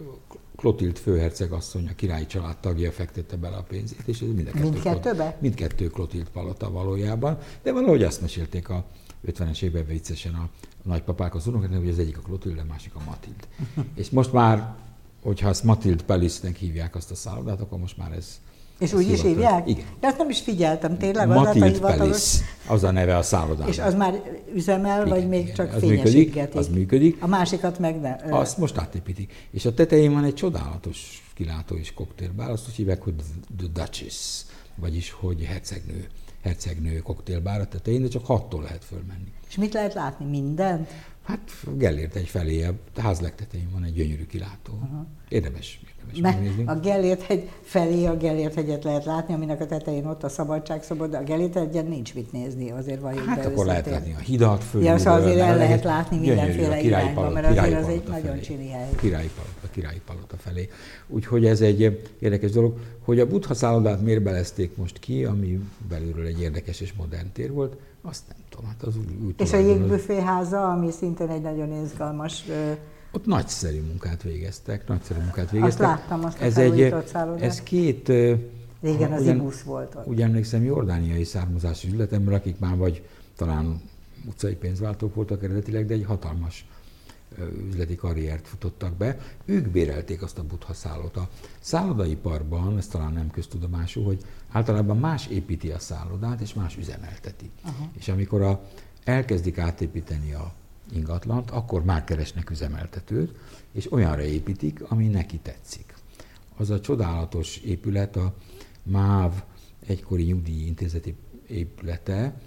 Klotild főherceg asszony, a királyi család tagja fektette bele a pénzét, és ez mindkettő, mindkettőbe? mindkettő Klotild palota valójában, de valahogy azt mesélték a ötvenes évben viccesen a, a nagypapák az unokák, hogy az egyik a Klotild, a másik a Matild. És most már, hogyha azt Matild Palace-nek hívják azt a szállodát, akkor most már ez... És úgy is hívják? Igen. De azt nem is figyeltem tényleg. Matild Palace, az a neve a szállodának. És az már üzemel, igen, vagy még igen, csak fényesígetik? Az működik. A másikat meg ne. Azt most átépítik. És a tetején van egy csodálatos kilátó és koktélbár, azt úgy hívják, hogy The Duchess, vagyis hogy hercegnő. Hercegnő koktélbár a tetején, de csak hattól lehet fölmenni. És mit lehet látni? Mindent? Hát Gellért egy felé, a ház legtetején van egy gyönyörű kilátó. Uh-huh. Érdemes, érdemes megnézni. A Gellért hegy felé a Gellért hegyet lehet látni, aminek a tetején ott a Szabadságszobor, de a Gellért hegyen nincs mit nézni, azért valljuk hát be akkor lehet látni a hidat fölül. Ja, szóval azért el lehet látni mindenféle irányba, mert azért az egy nagyon csini hely. Királyi palota, királyi palota felé. Úgyhogy ez egy érdekes dolog, hogy a Buddha szállodát miért belezték most ki, ami belülről egy érdekes és modern tér volt, azt nem tudom. Hát az úgy, úgy és a jégbüféháza, ami szintén egy nagyon izgalmas... Ott nagyszerű munkát végeztek, nagyszerű munkát végeztek. Azt láttam, azt a ez felújított egy, szállodát. Ez két... Régen az Ibusz volt ott. Úgy emlékszem, jordániai származású üzletember, akik már vagy talán utcai pénzváltók voltak eredetileg, de egy hatalmas üzleti karriert futottak be. Ők bérelték azt a Buddha szállót. A szállodaiparban, ez talán nem köztudomású, hogy általában más építi a szállodát, és más üzemelteti. Aha. És amikor a, elkezdik átépíteni a ingatlant, akkor már keresnek üzemeltetőt, és olyanra építik, ami neki tetszik. Az a csodálatos épület, a MÁV egykori nyugdíj intézeti épülete,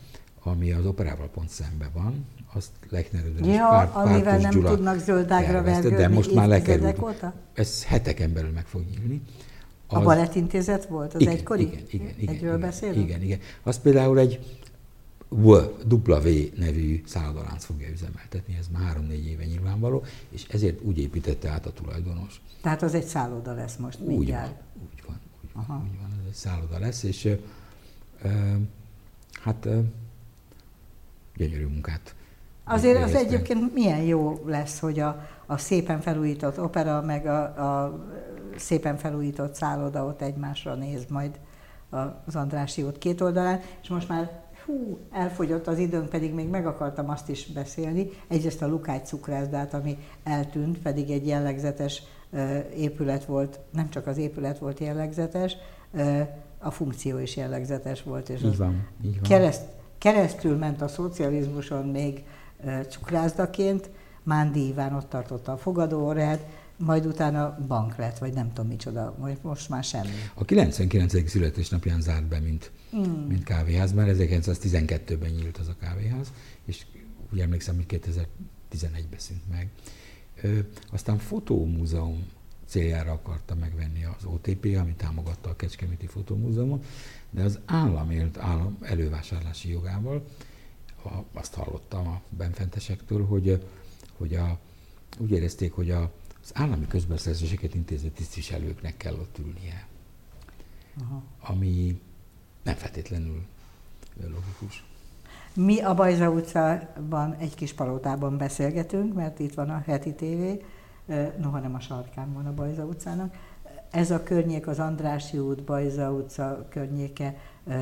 ami az operával pont szembe van, azt Lechner Ödön ja, és Párt, amivel nem Gyula tudnak zöldágra vergődni, de most már lekerült. Óta? Ez heteken belül meg fog nyílni. Az, a Balettintézet volt? Az igen, egykori? Igen, igen, igen. Egyről igen, beszélünk? Igen, igen. Az például egy W nevű szállodalánc fogja üzemeltetni, ez már három-négy éve nyilvánvaló, és ezért úgy építette át a tulajdonos. Tehát az egy szálloda lesz most úgy mindjárt? Van, úgy van, úgy van, úgy van, ez egy szálloda lesz, és ö, ö, hát ö, gyönyörű munkát. Azért az egyébként milyen jó lesz, hogy a, a szépen felújított opera, meg a, a szépen felújított szálloda ott egymásra néz majd az Andrássy út két oldalán, és most már hú, elfogyott az időnk, pedig még meg akartam azt is beszélni. Egyrészt a Lukács cukrászdát, ami eltűnt, pedig egy jellegzetes épület volt, nem csak az épület volt jellegzetes, a funkció is jellegzetes volt. És így van, így van. Kereszt, keresztül ment a szocializmuson még cukrászdaként, Mándi Iván ott tartotta a fogadóórát, majd utána bank lett, vagy nem tudom micsoda, most már semmi. A kilencvenkilencedik születésnapján zárt be, mint, mm. mint kávéház, mert ezerkilencszáztizenkettőben nyílt az a kávéház, és úgy emlékszem, hogy kétezer-tizenegyben szűnt meg. Ö, aztán fotómúzeum céljára akarta megvenni az o té pé, ami támogatta a Kecskeméti Fotómúzeumot, de az állam élt állam elővásárlási jogával. A, azt hallottam a benfentesektől, hogy, hogy a, úgy érezték, hogy a az állami közbeszerzéseket intéző tisztviselőknek kell ott ülnie. Aha. Ami nem feltétlenül logikus. Mi a Bajza utcában egy kis palotában beszélgetünk, mert itt van a Heti tévé, noha nem a sarkán van a Bajza utcának. Ez a környék, az Andrássy út, Bajza utca környéke,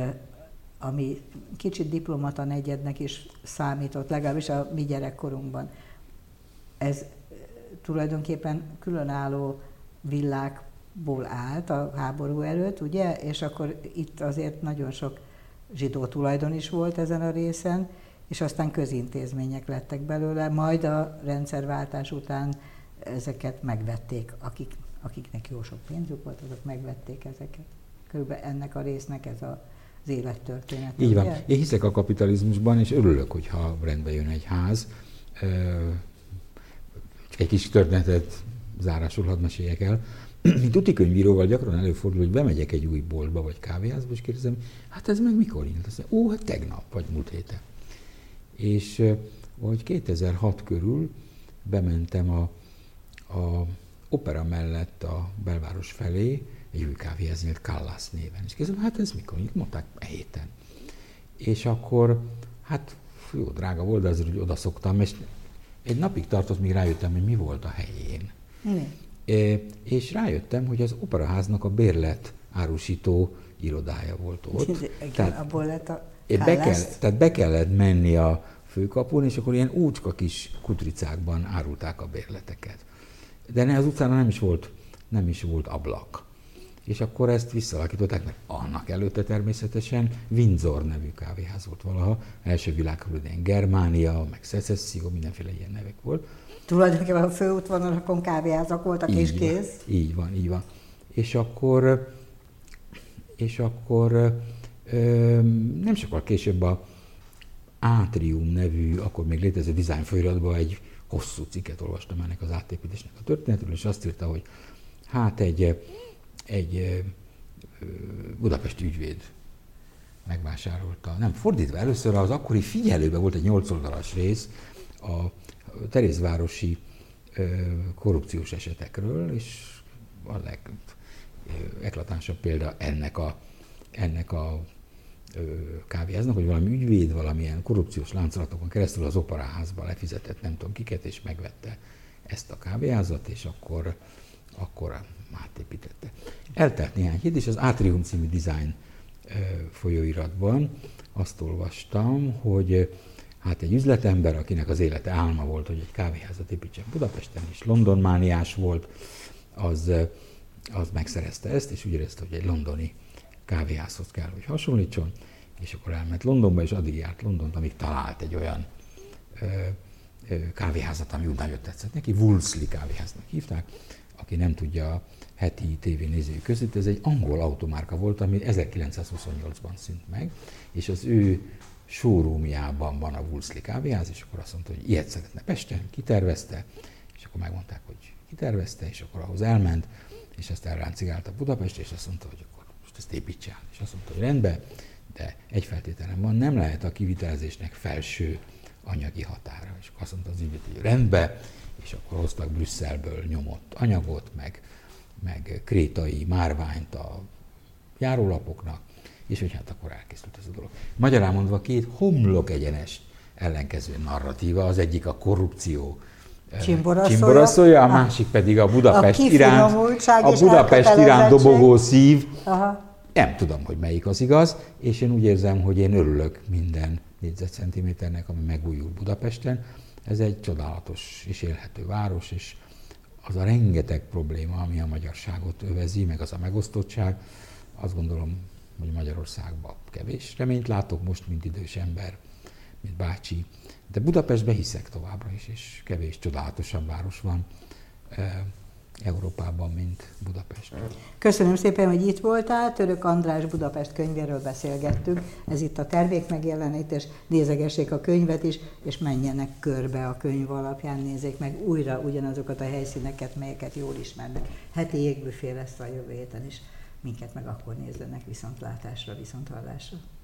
ami kicsit diplomata negyednek is számított, legalábbis a mi gyerekkorunkban. Ez tulajdonképpen különálló villákból állt a háború előtt, ugye? És akkor itt azért nagyon sok zsidó tulajdon is volt ezen a részen, és aztán közintézmények lettek belőle, majd a rendszerváltás után ezeket megvették, akik, akiknek jó sok pénzük volt, azok megvették ezeket. Körülbelül ennek a résznek ez a, az élettörténet. Így van. Én hiszek a kapitalizmusban, és örülök, hogyha rendbe jön egy ház. Egy kis történetet zárásul hadd meséljek el. Mint utikönyvíróval gyakran előfordul, hogy bemegyek egy új boltba vagy kávéházba, és kérdezem, hát ez meg mikor nyílt? Azt mondja, ó, hát tegnap, vagy múlt héten. És hogy kétezer-hat körül bementem a, a opera mellett a belváros felé, egy új kávéház nyílt Kallász néven. És kérdezem, hát ez mikor nyílt? Mondták, e héten. És akkor, hát jó, drága volt, de azért, hogy oda szoktam, és egy napig tartott, míg rájöttem, hogy mi volt a helyén. Mi? É, és rájöttem, hogy az operaháznak a bérlet árusító irodája volt ott. Igen, tehát, abból lett a be kell, tehát be kellett menni a főkapun, és akkor ilyen úcska kis kutricákban árulták a bérleteket. De ne, az utcán nem is volt, nem is volt ablak. És akkor ezt visszalakították, mert annak előtte természetesen Windsor nevű kávéház volt valaha, első világháború idején Germánia, meg Szecesszió, mindenféle ilyen nevek volt. Tulajdonképpen a főútvonalakon kávéházak voltak, és kész. Így van, így van. És akkor, és akkor nem sokkal később a Átrium nevű, akkor még létező design folyóiratban egy hosszú cikket olvastam ennek az átépítésnek a történetről, és azt írta, hogy hát egy, egy budapesti ügyvéd megvásárolta. Nem, fordítva, először az akkori Figyelőben volt egy nyolc oldalas rész a Terézvárosi korrupciós esetekről, és a legeklatánsabb példa ennek a, ennek a kávéháznak, hogy valami ügyvéd valamilyen korrupciós láncolatokon keresztül az operaházba lefizetett nem tudom kiket, és megvette ezt a kávéházat, és akkor, akkor átépítette. Eltelt néhány hét, és az Átrium című design folyóiratban azt olvastam, hogy hát egy üzletember, akinek az élete álma volt, hogy egy kávéházat építsen Budapesten, és London mániás volt, az, az megszerezte ezt, és úgy érezte, hogy egy londoni kávéházhoz kell, hogy hasonlítson, és akkor elment Londonba, és addig járt Londont, amíg talált egy olyan ö, ö, kávéházat, ami úgy nagyon tetszett neki, Wolseley kávéháznak hívták. Aki nem tudja, a heti tévé nézői között, ez egy angol automárka volt, ami ezerkilencszázhuszonnyolcban szűnt meg, és az ő showroomjában van a Wulszli kávéház, és akkor azt mondta, hogy ilyet szeretne Pesten, kitervezte, és akkor megmondták, hogy kitervezte, és akkor ahhoz elment, és ezt elráncigálta Budapest, és azt mondta, hogy akkor most ezt építse át. És azt mondta, hogy rendben, de egy feltételem van, nem lehet a kivitelezésnek felső anyagi határa. És akkor azt mondta az ügyvéd, hogy rendben, és akkor hoztak Brüsszelből nyomott anyagot, meg, meg krétai márványt a járólapoknak, és hogy hát akkor elkészült ez a dolog. Magyarán mondva két homlok egyenes ellenkező narratíva, az egyik a korrupció csimboraszója, a másik pedig a Budapest a iránt, a Budapest iránt dobogó szív. Aha. Nem tudom, hogy melyik az igaz, és én úgy érzem, hogy én örülök minden négyzetcentiméternek, ami megújul Budapesten. Ez egy csodálatos és élhető város, és az a rengeteg probléma, ami a magyarságot övezi, meg az a megosztottság, azt gondolom, hogy Magyarországban kevés reményt látok most, mint idős ember, mint bácsi. De Budapestben hiszek továbbra is, és kevés csodálatosabb város van e, Európában, mint Budapest. Köszönöm szépen, hogy itt voltál. Török András Budapest könyvéről beszélgettünk. Ez itt a termékmegjelenítés. Nézegessék a könyvet is, és menjenek körbe a könyv alapján, nézzék meg újra ugyanazokat a helyszíneket, melyeket jól ismernek. Heti jégbüfé lesz a jövő héten is. Minket meg akkor nézzenek viszontlátásra, viszonthallásra.